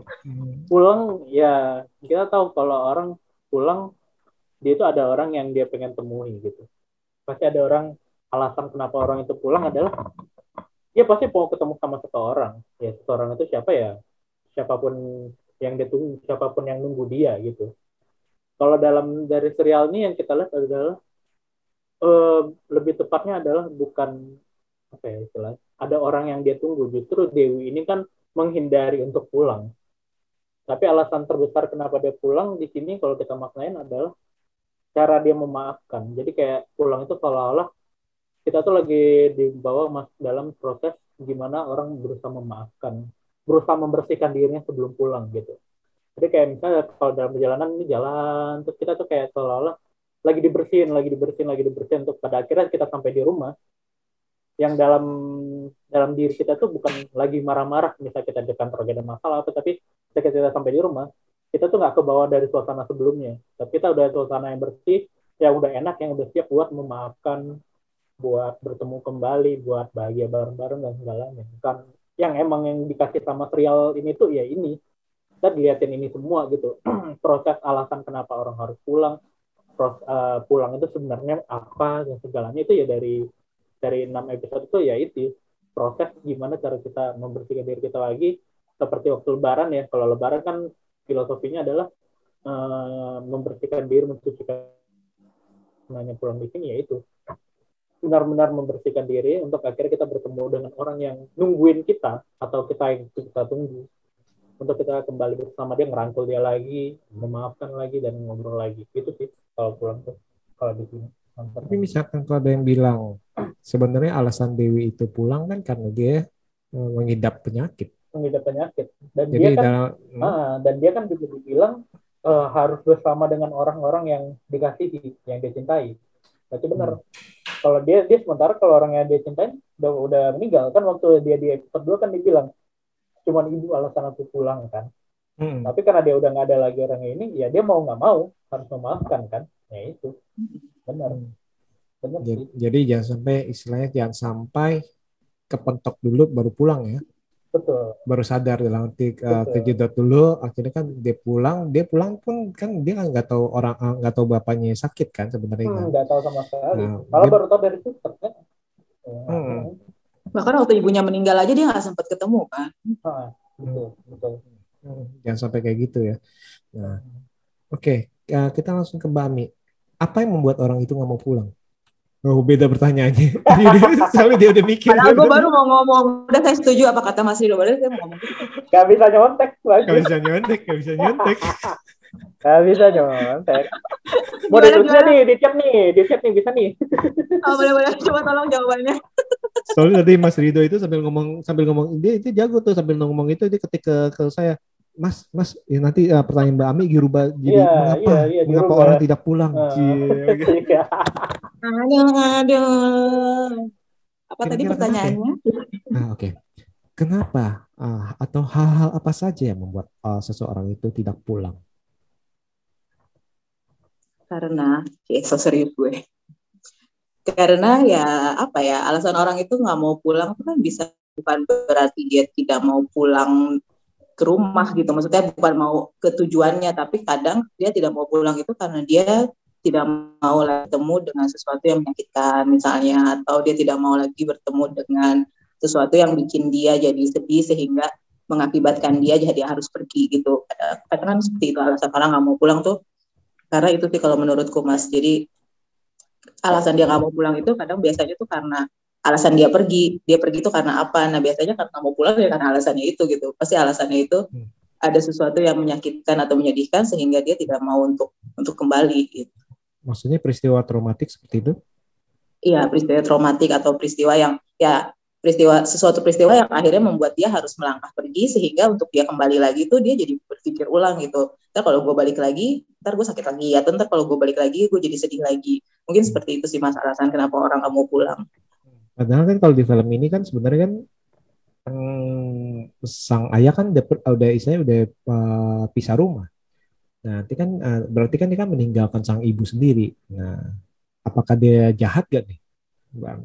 pulang ya kita tahu kalau orang pulang dia itu ada orang yang dia pengen temui gitu. Pasti ada orang alasan kenapa orang itu pulang adalah dia pasti mau ketemu sama seseorang. Ya seseorang itu siapa ya? Siapapun yang dia tunggu, siapapun yang nunggu dia gitu. Kalau dalam dari serial ini yang kita lihat adalah uh, lebih tepatnya adalah bukan apa ya istilahnya. Ada orang yang dia tunggu. Justru Dewi ini kan menghindari untuk pulang. Tapi alasan terbesar kenapa dia pulang di sini kalau kita maknain adalah cara dia memaafkan. Jadi kayak pulang itu seolah-olah kita tuh lagi dibawa mas dalam proses gimana orang berusaha memaafkan, berusaha membersihkan dirinya sebelum pulang gitu. Jadi kayak misalnya kalau dalam perjalanan ini jalan, terus kita tuh kayak seolah-olah lagi dibersihin, lagi dibersihin, lagi dibersihin untuk pada akhirnya kita sampai di rumah. Yang dalam dalam diri kita tuh bukan lagi marah-marah, misalnya kita di kantor ada masalah apa, tapi ketika kita sampai di rumah, kita tuh nggak kebawa dari suasana sebelumnya, tapi kita udah suasana yang bersih, yang udah enak, yang udah siap buat memaafkan, buat bertemu kembali, buat bahagia bareng-bareng dan segalanya. Kan yang emang yang dikasih sama serial ini tuh ya ini, kita dilihatin ini semua gitu, proses alasan kenapa orang harus pulang, proses, uh, pulang itu sebenarnya apa dan segalanya itu ya dari dari enam episode itu ya itu proses gimana cara kita membersihkan diri kita lagi seperti waktu lebaran ya. Kalau lebaran kan filosofinya adalah uh, membersihkan diri, mensucikan namanya pulang di sini ya itu benar-benar membersihkan diri untuk akhirnya kita bertemu dengan orang yang nungguin kita atau kita yang kita tunggu untuk kita kembali bersama dia, ngerangkul dia lagi, memaafkan lagi dan ngobrol lagi. Itu sih kalau pulang tuh kalau di sini. Tapi misalkan kalau ada yang bilang sebenarnya alasan Dewi itu pulang kan karena dia mengidap penyakit. Mengidap penyakit dan Jadi dia kan dalam, ah, dan dia kan juga dibilang uh, harus bersama dengan orang-orang yang dikasihi, yang dia cintai. Berarti benar. Hmm. Kalau dia dia sementara kalau orang yang dia cintai udah udah meninggal kan, waktu dia di episode dua kan dibilang cuman ibu alasan aku pulang kan. Hmm. Tapi karena dia udah nggak ada lagi orang ini, ya dia mau nggak mau harus memaafkan kan. Ya itu. Benar. Benar jadi, jadi jangan sampai istilahnya jangan sampai kepentok dulu baru pulang ya. Betul. Baru sadar dalam arti uh, kejedot dulu, akhirnya kan dia pulang, dia pulang pun kan dia kan nggak tahu orang nggak tahu bapaknya sakit kan sebenarnya. Hmm, nggak tahu sama sekali. Nah, malah dia, baru tahu dari suster kan. Hmm. Bahkan waktu ibunya meninggal aja dia nggak sempat ketemu kan. Ah, betul, betul. Hmm, jangan sampai kayak gitu ya. Nah, oke, okay. uh, kita langsung ke Mbak Ami. Apa yang membuat orang itu nggak mau pulang? Oh, beda pertanyaannya. Soalnya dia udah mikir. Padahal gue baru mau ngomong. Udah saya setuju apa kata Mas Rido. Padahal saya mau ngomong. Gak bisa nyontek. Gak bisa nyontek. Gak bisa nyontek. Gak bisa nyontek. Mau ditulisnya nih. Di chat nih. Di chat nih. Bisa nih. Oh, boleh-boleh. Coba tolong jawabannya. Soalnya tadi Mas Rido itu sambil ngomong. Sambil ngomong. Dia itu jago tuh. Sambil ngomong itu. Dia ketik ke, ke saya. Mas, Mas, ya nanti uh, pertanyaan Mbak Ami dirubah jadi yeah, mengapa, yeah, yeah, mengapa dirubah. Orang tidak pulang? Uh, yeah. Aduh, aduh. Apa Kira-kira tadi pertanyaannya? Nah, oke. Okay. Kenapa uh, atau hal-hal apa saja yang membuat uh, seseorang itu tidak pulang? Karena, ya so serius gue. Karena ya apa ya, alasan orang itu nggak mau pulang itu kan bisa bukan berarti dia tidak mau pulang ke rumah gitu, maksudnya bukan mau ke tujuannya, tapi kadang dia tidak mau pulang itu karena dia tidak mau lagi bertemu dengan sesuatu yang menyakitkan misalnya, atau dia tidak mau lagi bertemu dengan sesuatu yang bikin dia jadi sedih sehingga mengakibatkan dia jadi harus pergi gitu. Kadang kan seperti itu alasan orang nggak mau pulang tuh, karena itu sih kalau menurutku Mas. Jadi alasan dia nggak mau pulang itu kadang biasanya tuh karena alasan dia pergi. Dia pergi itu karena apa? Nah biasanya karena nggak mau pulang ya karena alasannya itu gitu. Pasti alasannya itu ada sesuatu yang menyakitkan atau menyedihkan sehingga dia tidak mau untuk untuk kembali gitu. Maksudnya peristiwa traumatik seperti itu? Iya, peristiwa traumatik atau peristiwa yang ya peristiwa sesuatu peristiwa yang akhirnya membuat dia harus melangkah pergi sehingga untuk dia kembali lagi itu dia jadi berpikir ulang gitu. Ntar kalau gue balik lagi, ntar gue sakit lagi ya. Ntar kalau gue balik lagi, gue jadi sedih lagi. Mungkin seperti itu sih Mas alasan kenapa orang nggak mau pulang. Padahal kan kalau di film ini kan sebenarnya kan hmm, sang ayah kan udah, udah istilahnya udah uh, pisah rumah. Nah, nanti kan uh, berarti kan dia kan meninggalkan sang ibu sendiri. Nah, apakah dia jahat gak nih, Bang?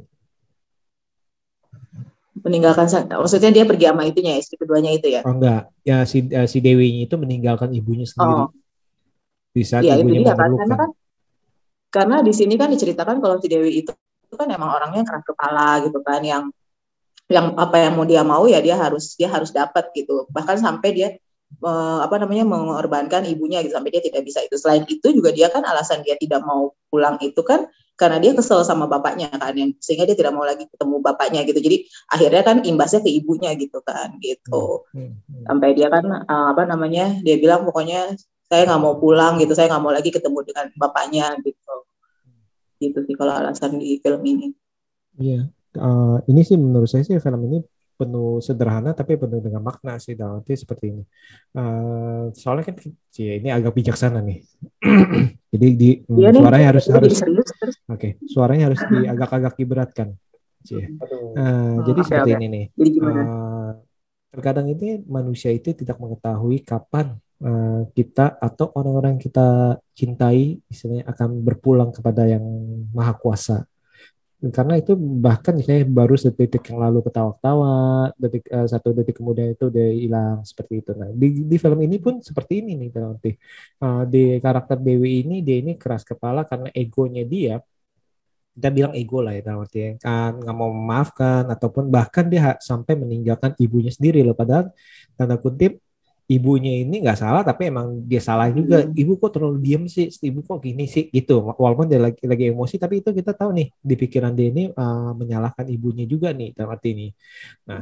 Meninggalkan, maksudnya dia pergi sama itunya, istri keduanya itu ya? Oh enggak, ya si uh, si Dewinya itu meninggalkan ibunya sendiri. Oh. Di saat ya, ibunya itu dia, memerlukan. Karena, kan, karena di sini kan diceritakan kalau si Dewi itu, itu kan emang orangnya keras kepala gitu kan, yang yang apa yang mau dia mau ya dia harus dia harus dapat gitu. Bahkan sampai dia Uh, apa namanya mengorbankan ibunya gitu sampai dia tidak bisa itu. Selain itu juga dia kan alasan dia tidak mau pulang itu kan karena dia kesel sama bapaknya kan, yang sehingga dia tidak mau lagi ketemu bapaknya gitu. Jadi akhirnya kan imbasnya ke ibunya gitu kan gitu. Hmm. Hmm. Sampai dia kan uh, apa namanya dia bilang pokoknya saya nggak mau pulang gitu, saya nggak mau lagi ketemu dengan bapaknya gitu. Gitu sih kalau alasan di film ini. Iya, uh, ini sih menurut saya sih film ini penuh sederhana tapi penuh dengan makna sih, dalam arti seperti ini. Uh, soalnya kan cie, ini agak bijaksana nih. Jadi di ya, suaranya nih, harus harus Oke, okay, suaranya harus di agak-agak diberatkan. Cie. Uh, hmm, jadi okay, seperti okay. ini nih. Uh, terkadang ini manusia itu tidak mengetahui kapan uh, kita atau orang-orang kita cintai istilahnya akan berpulang kepada yang Maha Kuasa. Karena itu bahkan saya baru sedetik yang lalu ketawa-ketawa, detik uh, satu detik kemudian itu udah hilang seperti itu. Nah di, di film ini pun seperti ini nih berarti uh, di karakter Dewi ini dia ini keras kepala karena egonya dia, kita bilang ego lah ya berarti ya, kan nggak mau memaafkan ataupun bahkan dia sampai meninggalkan ibunya sendiri loh, padahal tanda kutip ibunya ini nggak salah tapi emang dia salah juga. Ibu kok terlalu diem sih, ibu kok gini sih gitu, walaupun dia lagi lagi emosi tapi itu kita tahu nih di pikiran dia ini uh, menyalahkan ibunya juga nih dalam arti ini. Nah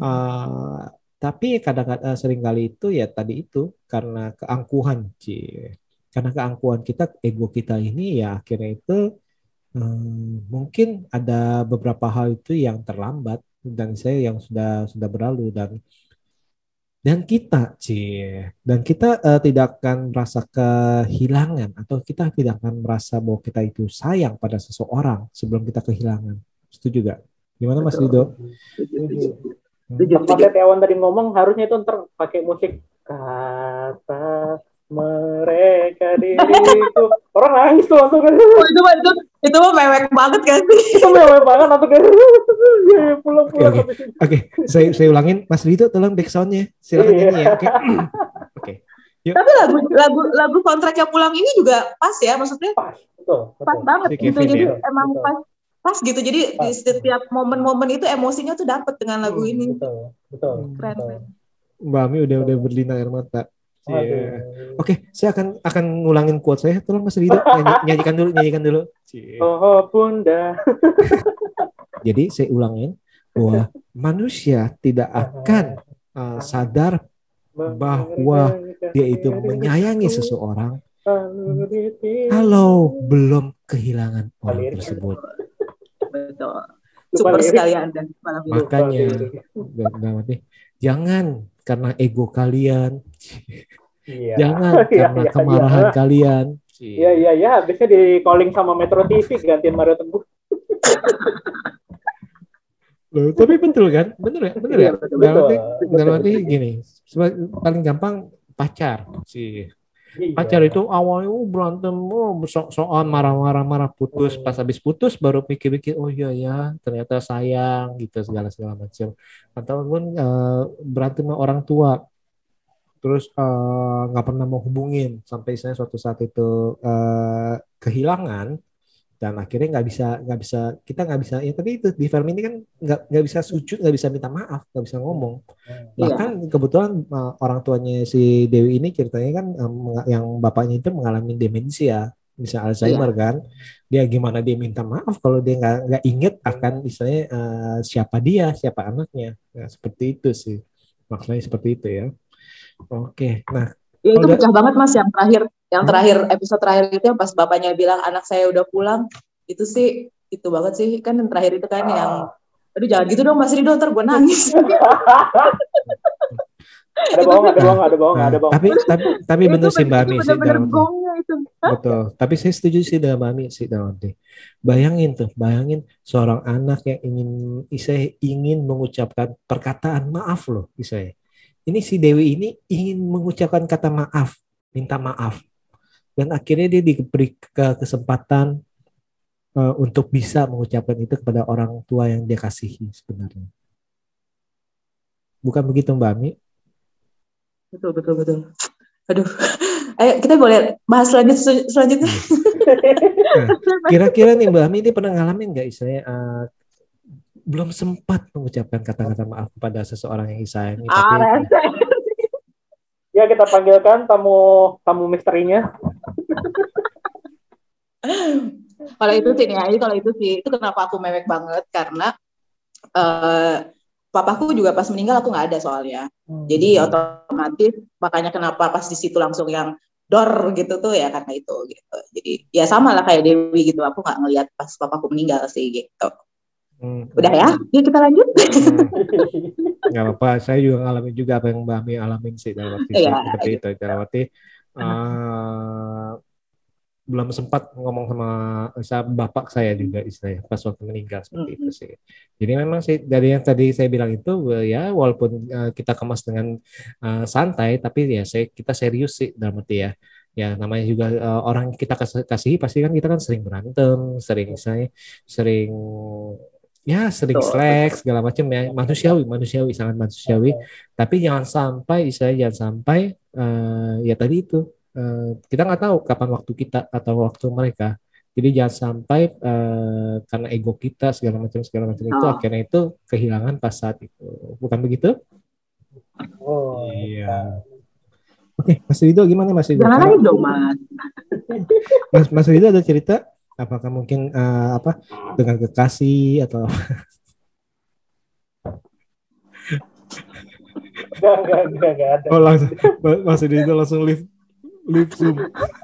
uh, tapi kadang-kadang uh, seringkali itu ya tadi itu karena keangkuhan sih, karena keangkuhan kita, ego kita ini ya akhirnya itu um, mungkin ada beberapa hal itu yang terlambat dan saya yang sudah sudah berlalu dan Dan kita, cie, dan kita uh, tidak akan merasa kehilangan atau kita tidak akan merasa bahwa kita itu sayang pada seseorang sebelum kita kehilangan. Setuju gak? Gimana Mas Rido? Setuju. Setuju. Tewan tadi ngomong harusnya itu ntar pakai musik kata mereka diriku. Orang nangis tuh langsung. Oh, itu mah itu itu mah mewek banget kan sih. Itu mewek banget langsung kayak ya pulang-pulang. Oke, okay, okay. okay. saya saya ulangin Mas Rito tolong back sound-nya. Silakan nyanyi ya. Oke. Okay. Okay. Tapi lagu lagu lagu soundtrack-nya Pulang ini juga pas ya, maksudnya pas. Betul. betul. Pas banget si gitu. Kevin, jadi ya? Emang betul. pas pas gitu. Jadi pas. Di setiap momen-momen itu emosinya tuh dapet dengan lagu hmm, ini. Betul. Betul. Keren. Betul. Mbak Ami udah udah berlinang air mata. Yeah. Oke, okay, saya akan akan ngulangin quote saya. Tolong Mas Rida nyanyi, nyanyikan dulu, nyanyikan dulu. Yeah. Oh bunda. Jadi saya ulangin bahwa manusia tidak akan uh, sadar bahwa dia itu menyayangi seseorang kalau belum kehilangan orang tersebut. Betul. Super sekali Anda malam ini. Makanya, jangan karena ego kalian. Iya. Jangan karena iya, kemarahan iya. kalian. Iya iya iya, habisnya di calling sama Metro T V gantiin Mario Teguh. Loh, tapi betul kan? Betul ya? Betul ya? Dalam arti, dalam arti gini, paling gampang pacar sih. Iya. Pacar itu awalnya oh, berantem, oh, sok-sokan marah-marah, marah putus. Pas habis putus baru pikir-pikir, oh iya ya, ternyata sayang gitu segala segala macam. Ataupun uh, berantem sama orang tua. terus eh, nggak pernah mau hubungin sampai saya suatu saat itu eh, kehilangan dan akhirnya nggak bisa nggak bisa kita nggak bisa ya tapi itu di film ini kan nggak nggak bisa sujud nggak bisa minta maaf nggak bisa ngomong bahkan kebetulan uh, orang tuanya si Dewi ini ceritanya kan um, yang bapaknya itu mengalami demensia bisa Alzheimer Iya. kan dia gimana dia minta maaf kalau dia nggak nggak inget akan misalnya uh, siapa dia siapa anaknya nah, seperti itu sih maksudnya seperti itu ya oke nah Ya itu udah pecah banget Mas yang terakhir, yang Hmm? terakhir episode terakhir itu yang pas bapaknya bilang anak saya udah pulang, itu sih itu banget sih kan yang terakhir itu kan yang, aduh jangan gitu dong Mas Rido ntar gue nangis. Ada bohong, ada bohong, ada bohong, Nah, ada bohong. tapi tapi tapi Itu bener sih Mbak bener- Ami itu sih bener-bener dalam gongnya itu. Hah? betul. Tapi saya setuju sih dengan Mbak Ami sih dalam arti. Bayangin tuh, bayangin seorang anak yang ingin saya ingin mengucapkan perkataan maaf loh, saya. Ini si Dewi ini ingin mengucapkan kata maaf, minta maaf, dan akhirnya dia diberi ke- kesempatan uh, untuk bisa mengucapkan itu kepada orang tua yang dia kasihi sebenarnya. Bukan begitu Mbak Ami? Betul betul betul. Aduh, ayo kita boleh bahas lanjut selanjutnya. Nah, kira-kira nih Mbak Ami ini pernah ngalamin nggak istilahnya uh, belum sempat mengucapkan kata-kata maaf kepada seseorang yang disayangi tapi Ah, Ya kita panggilkan tamu tamu misterinya. Kalau itu sih nih, ya, kalau itu sih itu kenapa aku mewek banget karena uh, papaku juga pas meninggal aku nggak ada soalnya. Hmm. Jadi otomatis makanya kenapa pas di situ langsung yang dor gitu tuh ya karena itu gitu. Jadi ya sama lah kayak Dewi gitu. Aku nggak ngelihat pas papaku meninggal sih gitu. Hmm. Udah ya, yuk kita lanjut. Hmm. Nggak apa-apa, saya juga ngalamin juga apa yang Mbak Ami alamin sih dalam arti ya, seperti gitu. itu. Dalam arti uh, belum sempat ngomong sama, sama bapak saya juga istilahnya pas waktu meninggal seperti mm-hmm. itu sih. Jadi memang sih dari yang tadi saya bilang itu ya walaupun uh, kita kemas dengan uh, santai tapi ya saya kita serius sih dalam arti ya. Ya namanya juga uh, orang kita kasih, kasihi pasti kan kita kan sering berantem, sering misalnya sering ya sering slack segala macam ya manusiawi manusiawi sangat manusiawi tapi jangan sampai saya jangan sampai uh, ya tadi itu uh, kita nggak tahu kapan waktu kita atau waktu mereka jadi jangan sampai uh, karena ego kita segala macam segala macam itu akhirnya itu kehilangan pas saat itu bukan begitu? Oh iya. Oke Mas Rido gimana Mas Rido? Jangan lagi dong Mas. Mas Mas Rido ada cerita? Apakah mungkin uh, apa dengan kekasih atau enggak enggak enggak enggak ada. Oh langsung Mas Rido langsung live live Zoom.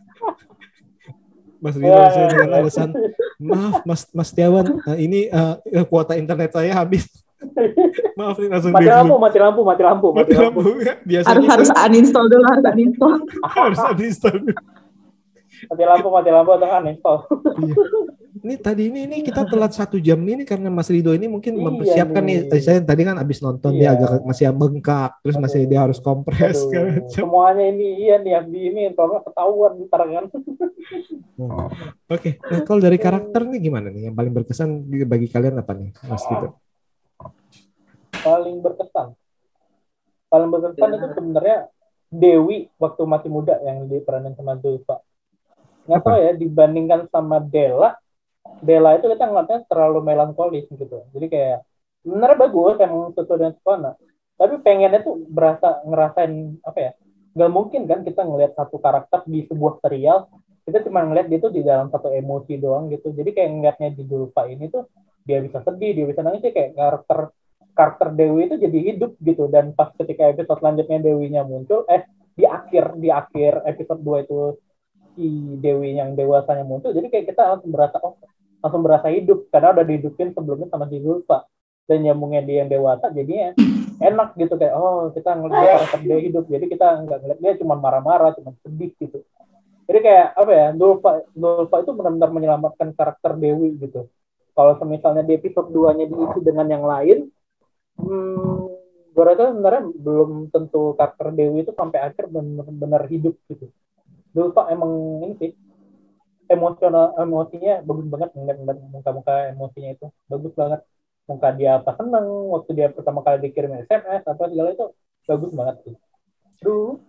Mas Rido ya, langsung dengan alasan maaf Mas Mas Tiawan uh, ini uh, kuota internet saya habis. Maaf nih langsung mati lampu, mati lampu, mati lampu, mati lampu. Biasanya harus harus uninstall dulu, harus uninstall. harus uninstall. Mati lampu, mati lampu atau uninstall. Iya. Ini tadi ini ini kita telat satu jam ini karena Mas Rido ini mungkin iya mempersiapkan nih. nih. Saya tadi kan abis nonton iya. dia agak masih bengkak, terus aduh. masih dia harus kompres. Kan. Semuanya ini iya nih yang di ini kalau ketahuan ntar kan. Hmm. Oke, okay. Nah kalau dari karakter nih gimana nih? Yang paling berkesan bagi kalian apa nih, Mas Rido? Paling berkesan, paling berkesan ya. Itu sebenarnya Dewi waktu masih muda yang diperanin sama Zulfa. Nggak tahu ya dibandingkan sama Della, Della itu kita ngeliatnya terlalu melankolis gitu. Jadi kayak sebenarnya bagus emang sesuai dengan Sukana. Tapi pengennya tuh berasa ngerasain apa ya? Nggak mungkin kan kita ngeliat satu karakter di sebuah serial kita cuma ngeliat dia tuh di dalam satu emosi doang gitu. Jadi kayak ngeliatnya di Zulfa ini tuh dia bisa sedih, dia bisa nangis sih kayak karakter karakter Dewi itu jadi hidup gitu. Dan pas ketika episode selanjutnya Dewinya muncul, eh di akhir di akhir episode dua itu si Dewi yang dewasanya muncul, jadi kayak kita langsung berasa oh, langsung berasa hidup karena udah dihidupin sebelumnya sama si Zulfa dan nyambungnya dia yang dewasa jadinya enak gitu kayak oh kita ngeliat karakter dia hidup jadi kita nggak ngeliat dia cuma marah-marah cuma sedih gitu jadi kayak apa ya Zulfa Zulfa itu benar-benar menyelamatkan karakter Dewi gitu. Kalau misalnya di episode dua nya diisi dengan yang lain hmm, gue rasa sebenarnya belum tentu karakter Dewi itu sampai akhir benar-benar hidup gitu. Zulfa emang ini sih emosional emosinya bagus banget ngeliat muka-muka emosinya itu bagus banget muka dia apa seneng waktu dia pertama kali dikirim S M S apa segala itu bagus banget sih. Aduh.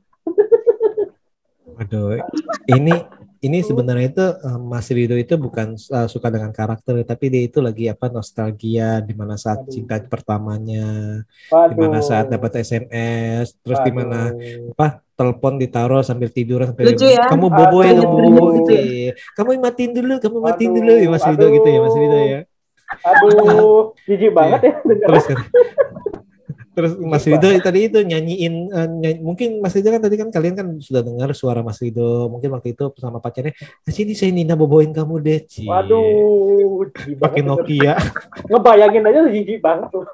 Aduh, ini ini sebenarnya itu uh, Mas Rido itu bukan uh, suka dengan karakter, tapi dia itu lagi apa nostalgia di mana saat Aduh. cinta pertamanya, Waduh. di mana saat dapat S M S, terus di mana apa telepon ditaruh sambil tiduran sambil Lucu ya? kamu bobo ya kamu bobo gitu ya. ya. Kamu matiin dulu, kamu matiin Aduh. dulu ya Mas Rido gitu ya Mas Rido ya. Aduh, jijik banget ya. Terus kan. Terus Mas Rido tadi itu nyanyiin, uh, nyanyi, mungkin Mas Rido kan tadi kan kalian kan sudah dengar suara Mas Rido, mungkin waktu itu bersama pacarnya, sini saya Nina boboin kamu deh. Cie. Waduh, pakai Nokia. Ngebayangin aja jijik banget tuh.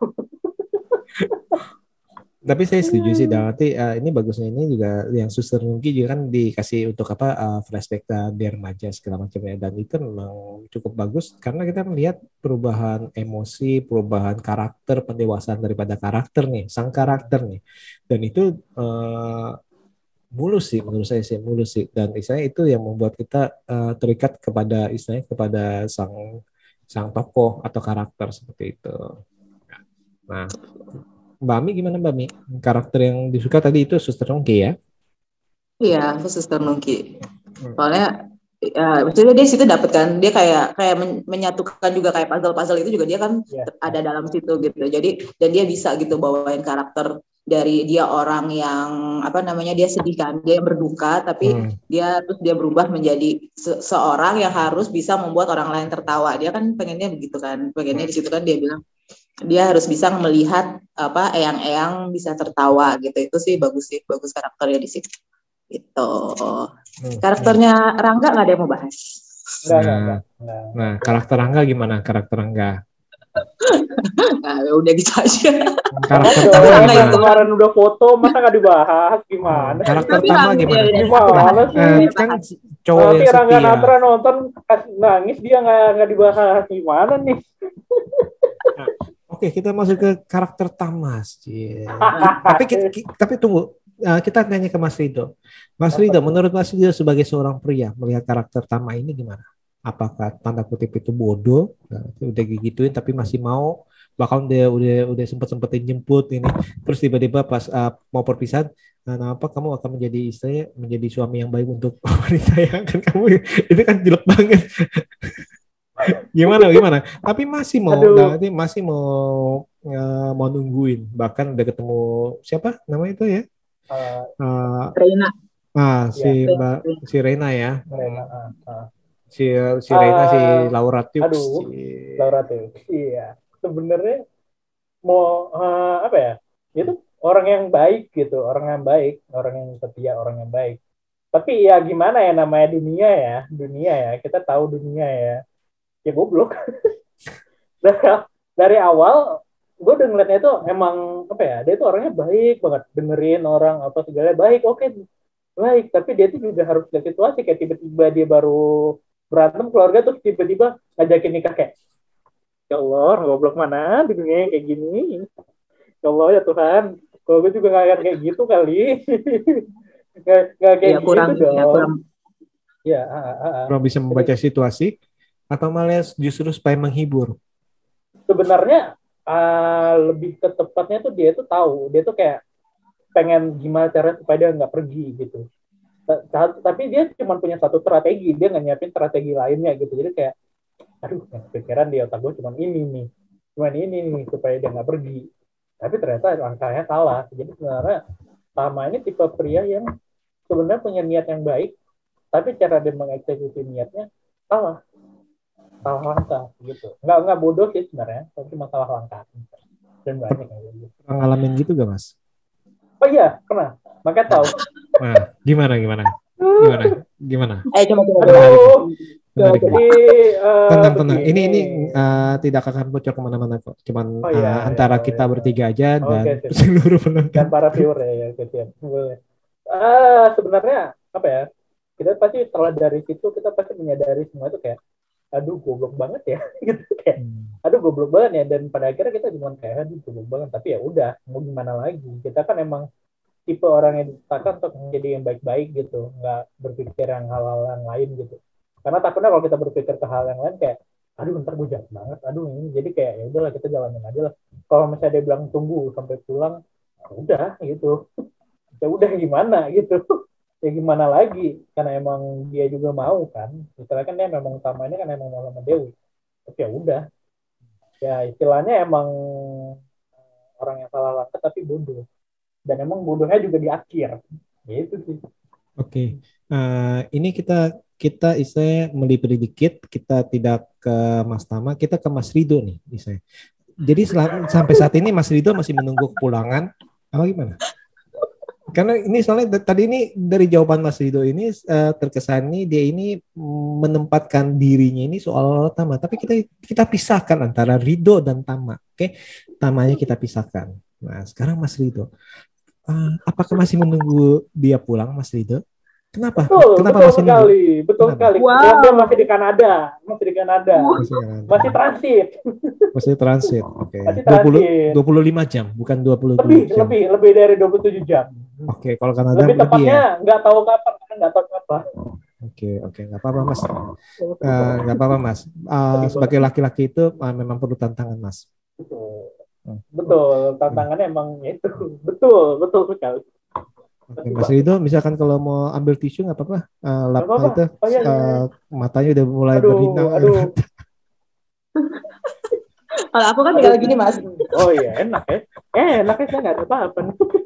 Tapi saya setuju sih, berarti uh, ini bagusnya ini juga yang Suster Nungki juga kan dikasih untuk apa uh, flashback uh, dia remaja segala macamnya, dan itu memang cukup bagus karena kita melihat perubahan emosi, perubahan karakter, pendewasaan daripada karakter nih, sang karakter nih, dan itu uh, mulus sih menurut saya sih mulus sih, dan istilahnya itu yang membuat kita uh, terikat kepada istilahnya kepada sang sang tokoh atau karakter seperti itu. Nah. Mbak Mi gimana Mbak Mi? Karakter yang disuka tadi itu Suster Nungki ya? Iya, Suster Nungki. Soalnya ya, maksudnya dia situ dapat kan, dia kayak kayak menyatukan juga kayak puzzle-puzzle itu juga dia kan yeah. ada dalam situ gitu. Jadi dan dia bisa gitu bawain karakter dari dia orang yang apa namanya dia sedih kan, dia yang berduka tapi hmm. dia terus dia berubah menjadi se- seorang yang harus bisa membuat orang lain tertawa. Dia kan pengennya begitu kan, pengennya di situ kan dia bilang dia harus bisa melihat apa eyang-eyang bisa tertawa gitu. Itu sih bagus sih, bagus karakternya di situ. Gitu. Hmm. Karakternya Rangga nggak ada yang mau bahas. Enggak, nah, enggak, enggak. Nah, karakter Rangga gimana? Karakter Rangga? Nah, udah gitu aja. Karakter Tama Rangga itu kemarin udah foto, masa nggak dibahas? Gimana? Karakter Tama gimana? Gimana sih? Eh, kan cowok nanti yang Rangga setia. Natra nonton nangis dia nggak nggak dibahas. Gimana nih? Oke, kita masuk ke karakter Tamas. Yeah. tapi kita, tapi tunggu, uh, kita tanya ke Mas Rido. Mas Rido, menurut Mas Rido sebagai seorang pria melihat karakter Tama ini gimana? Apakah tanda kutip itu bodoh? Nah, udah gituin tapi masih mau, bahkan dia udah udah sempat sempetin jemput ini, terus tiba-tiba pas uh, mau perpisahan, nah, apa kamu akan menjadi istilahnya menjadi suami yang baik untuk wanita yang kan kamu itu kan jelek banget. gimana gimana tapi masih mau nanti masih mau uh, mau nungguin, bahkan udah ketemu siapa nama itu ya uh, uh, Reina ah si ya, Mbak si Reina ya Reina, uh, uh. si si Reina uh, si Laura Tux aduh si... Laura Tux iya sebenarnya mau uh, apa ya itu orang yang baik gitu, orang yang baik, orang yang setia, orang yang baik, tapi ya gimana ya namanya dunia ya dunia ya kita tahu dunia ya ya goblok. dari, dari awal gue udah ngeliatnya itu emang apa ya, dia tuh orangnya baik banget, dengerin orang apa segala baik, oke baik, tapi dia tuh juga harus lihat situasi, kayak tiba-tiba dia baru berantem keluarga tuh tiba-tiba ngajakin nikah, kayak ya Allah goblok mana di dunia kayak gini, ya Allah ya Tuhan, kalau gue juga gak kayak gitu kali. Gak, gak kayak ya, gitu kurang, dong ya, kurang. Ya, ah, ah, ah. Kurang bisa membaca situasi atau malah justru supaya menghibur? Sebenarnya uh, lebih ke tepatnya tuh dia tuh tahu, dia tuh kayak pengen gimana cara supaya dia nggak pergi gitu. T- tapi dia cuma punya satu strategi, dia nggak nyiapin strategi lainnya gitu. Jadi kayak, aduh, pikiran di otak gue cuma ini nih, cuma ini nih supaya dia nggak pergi. Tapi ternyata langkahnya salah. Jadi sebenarnya Tama ini tipe pria yang sebenarnya punya niat yang baik, tapi cara dia mengeksekusi niatnya salah. Salah langkah gitu, nggak nggak bodoh sih sebenarnya, tapi cuma salah langkah dan banyak kayak gitu. Pernah ngalamin gitu gak Mas? Oh iya pernah, makanya tahu. Nah, gimana gimana gimana gimana? Eh coba coba. Aduh, menarik. Jadi uh, tenang tenang, ini ini uh, tidak akan bocor kemana-mana kok, cuman oh, iya, uh, antara iya, kita iya. bertiga aja oh, dan okay, seluruh penonton dan para viewer ya, ya siap. Uh, sebenarnya apa ya? Kita pasti setelah dari situ kita pasti menyadari semua itu kayak aduh goblok banget ya gitu kayak aduh goblok banget ya, dan pada akhirnya kita cuma kayak aduh goblok banget, tapi ya udah mau gimana lagi, kita kan emang tipe orang yang diciptakan untuk menjadi yang baik-baik gitu, nggak berpikir yang hal-hal yang lain gitu, karena takutnya kalau kita berpikir ke hal yang lain kayak aduh ntar gue jahat banget, aduh ini, jadi kayak ya udahlah kita jalanin aja lah, kalau misalnya dia bilang tunggu sampai pulang udah gitu. ya udah gimana gitu. Ya gimana lagi, karena emang dia juga mau kan, misalnya kan dia memang utamanya kan emang mau sama Dewi, tapi ya udah, ya istilahnya emang orang yang salah langkah tapi bodoh, dan emang bodohnya juga di akhir, gitu sih. Oke, okay. uh, ini kita kita istilahnya melipir dikit, kita tidak ke Mas Tama, kita ke Mas Rido nih, istilahnya. Jadi sel- sampai saat ini Mas Rido masih menunggu kepulangan, apa gimana? Karena ini soalnya tadi ini dari jawaban Mas Rido ini uh, terkesan nih dia ini menempatkan dirinya ini soal Tama, tapi kita kita pisahkan antara Rido dan Tama, oke? Okay? Tamanya kita pisahkan. Nah sekarang Mas Rido, uh, apakah masih menunggu dia pulang, Mas Rido? Kenapa? Betul, Kenapa betul masih sekali, nunggu? betul Kenapa? sekali. Wow. Dia masih di Kanada, masih di Kanada, Masih, masih transit. masih transit, oke. Okay. Masih dua puluh, transit. dua puluh lima jam, bukan dua puluh dua Lebih, jam. lebih, lebih dari dua puluh tujuh jam. Oke, okay, kalau Kanada lebih lebih tepatnya ya. nggak tahu kapan, nggak tahu kapan. Oke, oke, nggak apa-apa Mas. Uh, nggak apa-apa Mas. Uh, sebagai laki-laki itu uh, memang perlu tantangan Mas. Betul, betul. Tantangannya emang itu, betul, betul sekali. Oke, Mas Rido, misalkan kalau mau ambil tisu nggak apa-apa, uh, lap apa-apa. itu Oh, iya, iya. Uh, matanya udah mulai Aduh, berlinang. aduh. Kalau aku kan tinggal gini Mas. Oh iya, enak ya. Eh, enaknya saya nggak ada apa-apa.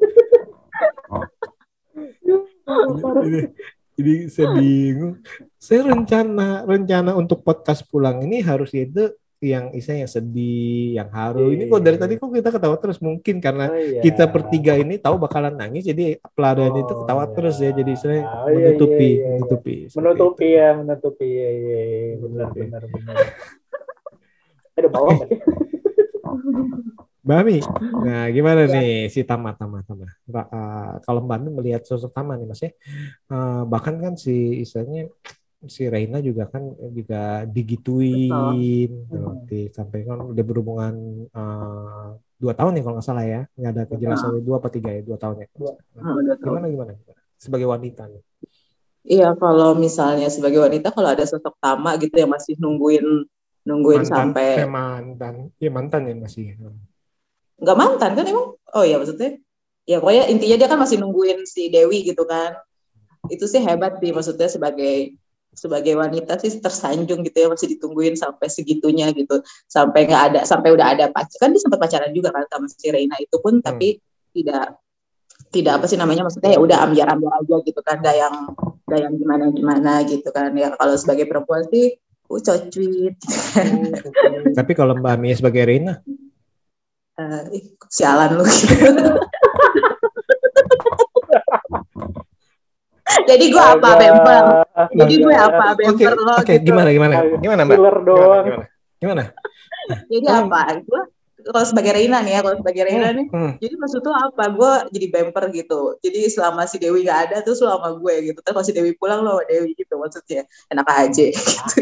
Ini, ini saya bingung. Saya rencana rencana untuk podcast pulang ini harusnya itu yang istilahnya yang sedih, yang haru. Ini kok dari tadi kok kita ketawa terus, mungkin karena Oh, iya. kita bertiga ini tahu bakalan nangis, jadi pelarian Oh, itu ketawa iya. terus ya. Jadi saya Oh, iya, menutupi, iya, iya, iya. menutupi, Menutupi seperti itu. ya, menutupi ya, ya, ya. Benar, Oke. benar, benar. Ada bawah nggak sih? Mbak Ami, nah gimana nih si Tama, Tama, Tama. Uh, kalau Mbak Ami melihat sosok Tama nih Mas ya, uh, bahkan kan si istilahnya si Reina juga kan juga digituin, gitu. Sampai kan udah berhubungan uh, dua tahun ya kalau nggak salah ya, nggak ada kejelasan dua apa tiga ya, dua tahun ya. Nah, gimana gimana sebagai wanita nih? Iya, kalau misalnya sebagai wanita kalau ada sosok Tama gitu yang masih nungguin nungguin Mantan, sampai eh, mantan, ya mantan ya masih. nggak mantan kan emang? Oh iya maksudnya, ya pokoknya intinya dia kan masih nungguin si Dewi gitu kan. Itu sih hebat sih maksudnya sebagai sebagai wanita sih tersanjung gitu ya, masih ditungguin sampai segitunya gitu, sampai nggak ada, sampai udah ada pacar kan, dia sempat pacaran juga kan sama si Reina itu pun, hmm. tapi tidak tidak apa sih namanya, maksudnya ya udah ambiar-ambiar aja gitu kan, nggak yang nggak yang gimana-gimana gitu kan ya. Kalau sebagai perempuan sih uh cocuit. Tapi kalau Mbak Ami sebagai Reina, uh, ih, sialan lu gitu. Jadi gue apa bemper? Jadi gue apa bemper lo? Oke, gitu. gimana gimana? Gimana Mbak? Filler doang. Gimana? Gimana? Jadi apa? Gue kalau sebagai Reina nih ya, kalau sebagai Reina nih, hmm. jadi maksud tuh apa? Gue jadi bemper gitu. Jadi selama si Dewi nggak ada tuh selama gue gitu. Terus kalau si Dewi pulang lo Dewi gitu, maksudnya enak aja. Gitu.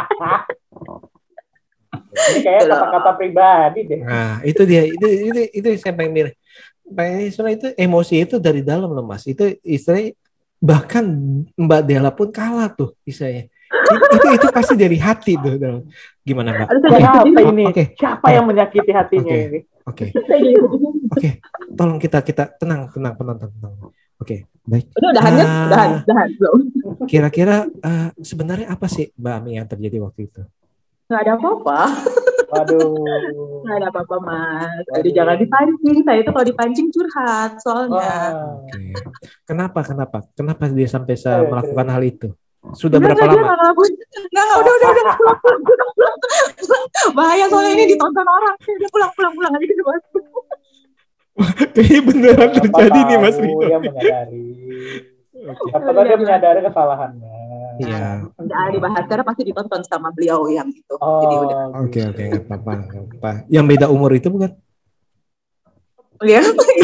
Ini kayak kata-kata pribadi deh. Nah, itu dia, itu itu itu saya pengen bilang. Soalnya itu emosi itu dari dalam loh Mas. Itu istilahnya bahkan Mbak Della pun kalah tuh istilahnya. Itu, itu itu pasti dari hati tuh. Gimana Mbak? Siapa okay. ini? Okay. Siapa yang menyakiti hatinya okay. ini? Oke. Okay. Oke. Okay. Tolong kita kita tenang tenang penonton tenang. Oke, okay. Baik. Udah udahan kan? Uh, udahan, udahan belum. Kira-kira uh, sebenarnya apa sih Mbak Ami yang terjadi waktu itu? Nggak ada apa-apa. Waduh. Nggak ada apa-apa Mas. Jadi jangan dipancing. Saya itu kalau dipancing curhat soalnya. Oke. Okay. Kenapa? Kenapa? Kenapa dia sampai saya melakukan hal itu? Sudah Nggak, berapa nggak, lama? Nggak, nggak, nggak, udah, udah, udah, pulang, pulang, pulang, pulang. Bahaya soalnya ini ditonton orang. Udah pulang, pulang, pulang aja gitu Mas. Kayaknya beneran terjadi nih Mas Rino. Dia menyadari. Okay. Apakah dia menyadari kesalahannya? Iya. Udah dibahas karena pasti ditonton sama beliau yang itu. Oh, jadi udah. Oke oke nggak apa-apa nggak apa. Yang beda umur itu bukan? Iya.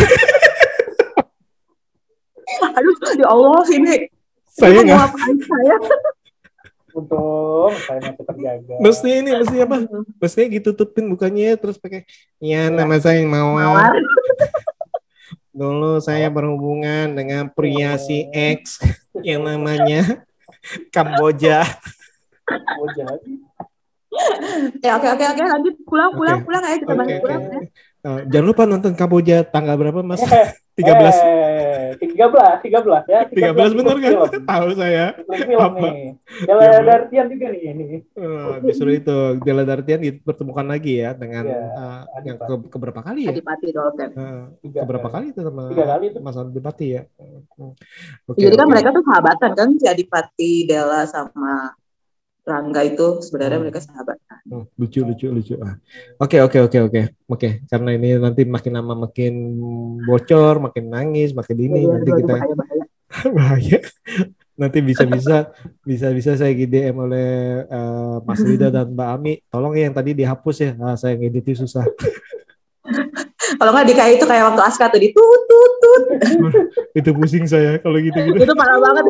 Aduh ya Allah ini. Saya nggak. Saya. Untung saya masih terjaga. Mestinya ini mesti apa? Mestinya gitu tutupin mukanya terus pakai. Ya nama saya Mawar. Dulu saya berhubungan dengan pria si X yang namanya Kamboja. Kamboja. Ya oke oke oke lanjut pulang pulang okay. pulang ayo kita okay, balik okay. pulang ya. Uh, jangan lupa nonton Kamboja tanggal berapa Mas? tiga belas Eh, tiga belas, tiga belas ya. tiga belas benar kan? Tahu saya. Film nih. Della Dartian juga nih ini. Uh, justru itu Della Dartian dipertemukan lagi ya dengan ya, uh, yang ke, keberapa kali ya? Adipati Dolken. Uh, keberapa kali itu sama tiga kali itu. Mas Adipati ya. Okay, Jadi kan okay. mereka tuh sahabatan kan si Adipati, Della sama Rangga itu sebenarnya hmm. mereka sahabat. Hmm, lucu lucu lucu. Oke oke oke oke oke. Karena ini nanti makin lama makin bocor, makin nangis, makin ini ya, nanti kita bahaya, bahaya. bahaya. Nanti bisa-bisa bisa-bisa saya D M oleh uh, Mas Rida dan Mbak Ami. Tolong ya yang tadi dihapus ya. Nah, saya ngeditnya susah. Kalau nggak di kayak itu kayak waktu Aska tuh di tut tut tut. Itu pusing saya kalau gitu-gitu. Itu parah banget.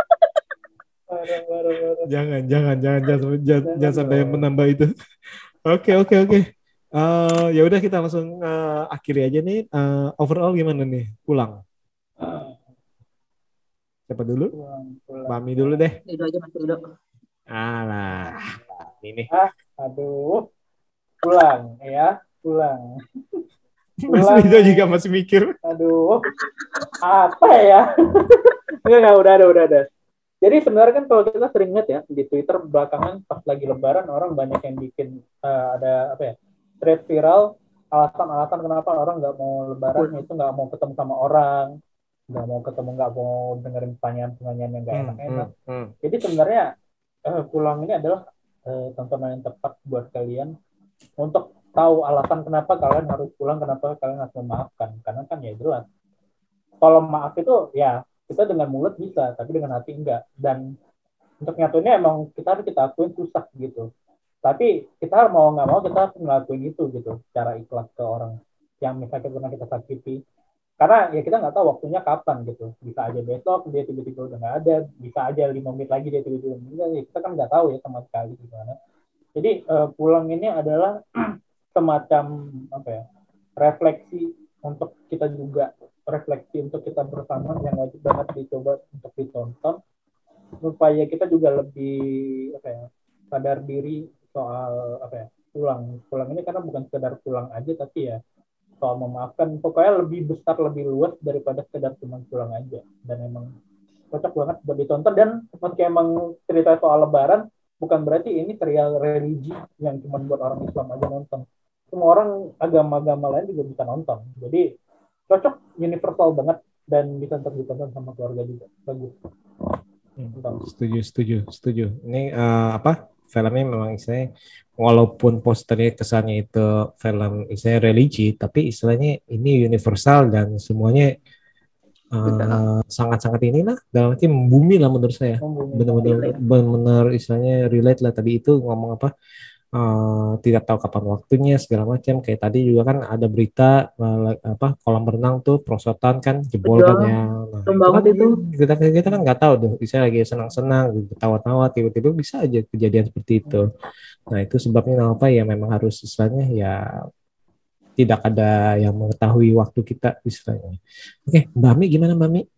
Jangan, jangan, jangan, jangan, jangan, jangan sampai menambah itu. Oke, oke, oke. Ya udah kita langsung uh, akhiri aja nih. Uh, overall gimana nih? Pulang. Siapa dulu? Mami dulu deh. Itu aja Mas Rido. Alah, ini. Ah, aduh. Pulang, ya, pulang. Mas Rido juga masih mikir. Aduh. Apa ya? Enggak, enggak, udah ada, udah ada. Jadi sebenarnya kan kalau kita sering lihat ya di Twitter belakangan pas lagi Lebaran orang banyak yang bikin uh, ada apa ya thread viral alasan-alasan kenapa orang nggak mau Lebaran itu nggak mau ketemu sama orang, nggak mau ketemu nggak mau dengerin pertanyaan-pertanyaan yang nggak hmm, enak-enak. Hmm, hmm. Jadi sebenarnya uh, pulang ini adalah uh, tontonan yang tepat buat kalian untuk tahu alasan kenapa kalian harus pulang, kenapa kalian harus memaafkan. Karena kan ya jelas kalau maaf itu ya kita dengan mulut bisa, tapi dengan hati enggak. Dan untuk nyatuinnya emang kita harus kita akuin susah gitu. Tapi kita mau nggak mau kita harus ngelakuin itu gitu, secara ikhlas ke orang yang misalnya pernah kita sakiti. Karena ya kita nggak tahu waktunya kapan gitu. Bisa aja besok dia tiba-tiba udah nggak ada, bisa aja lima menit lagi dia tiba-tiba meninggal. Ya, kita kan nggak tahu ya sama sekali gimana. Jadi uh, pulang ini adalah semacam apa ya refleksi untuk kita juga. Refleksi untuk kita bersama yang wajib banget dicoba untuk ditonton supaya kita juga lebih apa ya sadar diri soal apa ya pulang pulang ini karena bukan sekedar pulang aja tapi ya soal memaafkan pokoknya lebih besar lebih luas daripada sekedar cuma pulang aja dan emang cocok banget buat ditonton dan meski emang cerita soal Lebaran bukan berarti ini serial religi yang cuma buat orang Islam aja nonton, semua orang agama-agama lain juga bisa nonton, jadi cocok, universal banget dan bisa ditonton sama keluarga juga. Bagus. Hmm, setuju, setuju, setuju. Ini uh, apa? Filmnya memang istilahnya walaupun posternya kesannya itu film istilahnya religi, tapi istilahnya ini universal dan semuanya uh, sangat-sangat inilah dalam arti membumi lah menurut saya. Benar-benar benar istilahnya relate lah tadi itu ngomong apa? Uh, tidak tahu kapan waktunya segala macam kayak tadi juga kan ada berita uh, apa kolam renang tuh perosotan kan jebol kan ya nah, itu kan, itu kita kita kan nggak tahu tuh bisa lagi senang-senang tawa-tawa tiba-tiba bisa aja kejadian seperti itu. Nah itu sebabnya kenapa ya memang harus istilahnya ya tidak ada yang mengetahui waktu kita istilahnya. Oke Mbak Mi gimana Mbak Mi?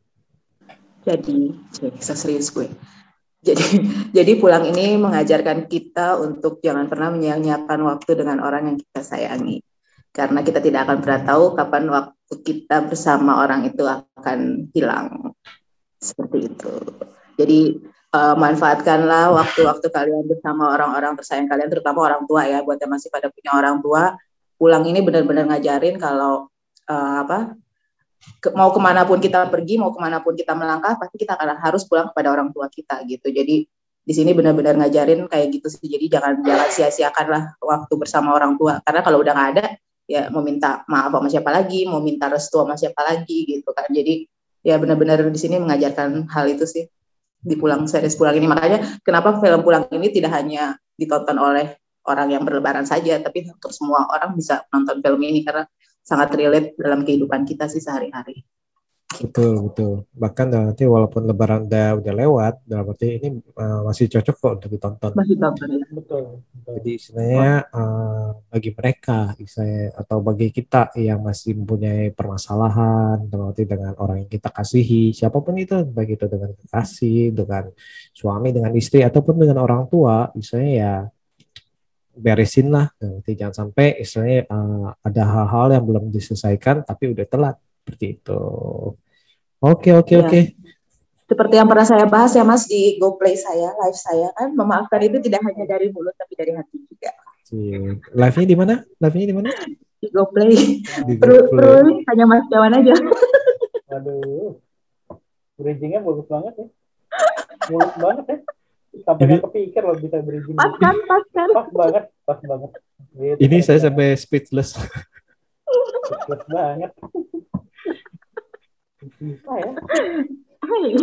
Jadi saya serius gue. Jadi, jadi pulang ini mengajarkan kita untuk jangan pernah menyia-nyiakan waktu dengan orang yang kita sayangi. Karena kita tidak akan pernah tahu kapan waktu kita bersama orang itu akan hilang. Seperti itu. Jadi uh, manfaatkanlah waktu-waktu kalian bersama orang-orang tersayang kalian, terutama orang tua ya, buat yang masih pada punya orang tua. Pulang ini benar-benar ngajarin kalau uh, apa? Ke, mau kemanapun kita pergi, mau kemanapun kita melangkah, pasti kita akan harus pulang kepada orang tua kita gitu. Jadi di sini benar-benar ngajarin kayak gitu sih. Jadi jangan jangan sia-siakanlah waktu bersama orang tua. Karena kalau udah nggak ada, ya mau minta maaf sama siapa lagi, mau minta restu sama siapa lagi gitu kan. Jadi ya benar-benar di sini mengajarkan hal itu sih di pulang series pulang ini. Makanya kenapa film pulang ini tidak hanya ditonton oleh orang yang berlebaran saja, tapi untuk semua orang bisa nonton film ini karena sangat relate dalam kehidupan kita sih sehari-hari. Betul, betul. Bahkan nanti walaupun lebaran udah, udah lewat, dalam arti ini uh, masih cocok kok untuk ditonton. Masih tonton ya. Betul. betul. Jadi istilahnya uh, bagi mereka, istilahnya, atau bagi kita yang masih mempunyai permasalahan, dalam arti dengan orang yang kita kasihi, siapapun itu, baik itu dengan kekasih, dengan suami, dengan istri, ataupun dengan orang tua, istilahnya ya beresin lah, nanti jangan sampai istilahnya uh, ada hal-hal yang belum diselesaikan tapi udah telat seperti itu. Oke, oke, Ya. oke. Seperti yang pernah saya bahas ya Mas di GoPlay saya, live saya kan, memaafkan itu tidak hanya dari mulut tapi dari hati juga. Sip. Live-nya di mana? Live-nya di mana? Di GoPlay. Di Perlu GoPlay. perlu hanya Mas Jawan aja. Aduh, bridgingnya bagus banget ya, mulus banget ya, sampai Ini- nggak kepikir loh bisa bridging. Pas kan, pas kan. Pas banget, pas banget. Gitu, Ini keren saya banget. sampai speechless. Pas banget. Bisa ya. Hai.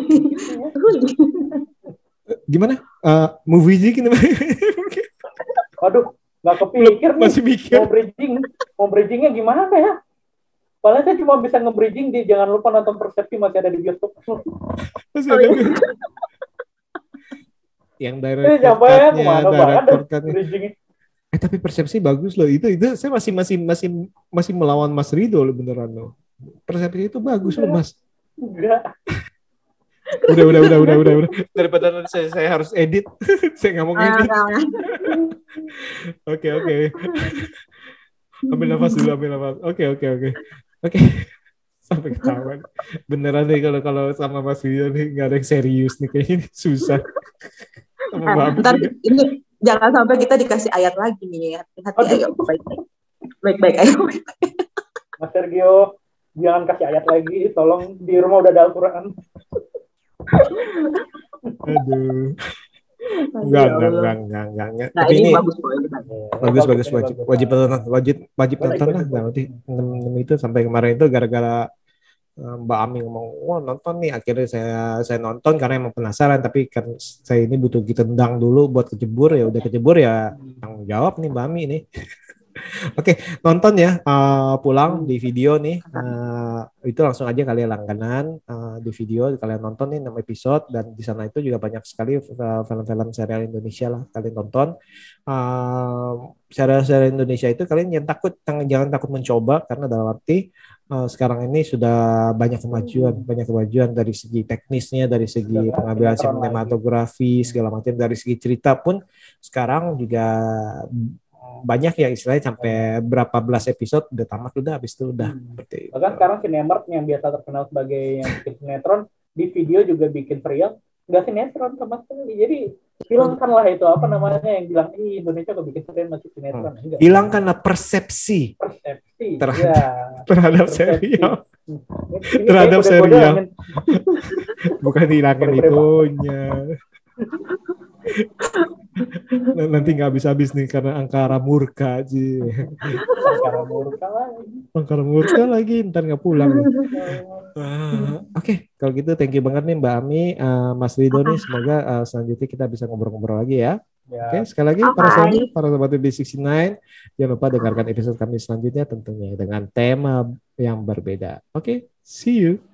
Gimana? Uh, movie sih gimana? Waduh, nggak kepikir nih. Masih mikir. Mau bridging, mau bridgingnya gimana ya? Padahal saya cuma bisa nge-bridging di jangan lupa nonton Persepsi masih ada di bioskop. Masih ada. Yang direct Eh, nyampe ya, cut-nya, kemana direct banget deh cut-nya. bridgingnya. Eh tapi Persepsi bagus loh. Itu itu saya masih masih masih masih melawan Mas Rido loh beneran loh. Persepsi itu bagus loh Mas. Enggak. Udah udah udah udah udah udah. Daripada nanti saya saya harus edit. Saya nggak mau Ah, ngedit. enggak, enggak. Oke oke. Ambil nafas dulu, ambil nafas. Oke oke oke. Oke. Sampai ketahuan. Beneran nih kalau kalau sama Mas Rido nih nggak ada yang serius nih kayaknya ini susah. Sama Eh, Mbak Ami ntar juga. ini jangan sampai kita dikasih ayat lagi nih. Hati-hati Aduh. ayo. Baik-baik. Baik-baik ayo. Mas Sergio, jangan kasih ayat lagi. Tolong, di rumah udah ada Al-Quran. Aduh. Enggak, enggak, enggak, enggak, enggak, enggak. Nah, Tapi ini ini bagus kok ini bagus. bagus, bagus, ini wajib, bagus. wajib nonton, wajib, wajib Boleh, nonton lah. ikut, Nah, nanti enam enam itu sampai kemarin itu gara-gara eh, Mbak Ami ngomong, wah nonton nih. Akhirnya saya saya nonton karena emang penasaran. Tapi kan saya ini butuh ditendang dulu buat kejebur ya. Udah kejebur ya tanggung jawab nih Mbak Ami nih. Oke, nonton ya eh, pulang di video nih. Eh, itu langsung aja kalian langganan eh, di video kalian nonton nih enam episode dan di sana itu juga banyak sekali eh, film-film serial Indonesia lah kalian tonton. Eh, serial-serial Indonesia itu kalian jangan takut jangan takut mencoba karena dalam arti eh, sekarang ini sudah banyak kemajuan, banyak kemajuan dari segi teknisnya, dari segi Sudah pengambilan sinetron sinematografi segala macam, dari segi cerita pun sekarang juga banyak ya istilahnya sampai berapa belas episode udah tamat udah habis itu udah seperti itu. Bahkan sekarang Cinemark yang biasa terkenal sebagai yang bikin sinetron, di video juga bikin serial, nggak sinetron sama sekali. Jadi hilangkanlah itu apa namanya yang bilang, ih Indonesia kok bikin serial masih sinetron. Enggak. Hilangkanlah persepsi Persepsi. terhadap, Ya. terhadap Persepsi. serial, Ini terhadap kayak kode-kode serial. angin. bukan hilangkan Boleh-boleh, Pak. itunya. N- Nanti nggak habis-habis nih karena angkara murka sih. Karena murka lagi. Angkara murka lagi ntar nggak pulang. Ah, Oke, kalau gitu thank you banget nih Mbak Ami, uh, Mas Rido nih. Semoga uh, selanjutnya kita bisa ngobrol-ngobrol lagi ya. Ya. Oke, sekali lagi para sobat, para sobat B B enam puluh sembilan, jangan lupa dengarkan episode kami selanjutnya tentunya dengan tema yang berbeda. Oke, see you.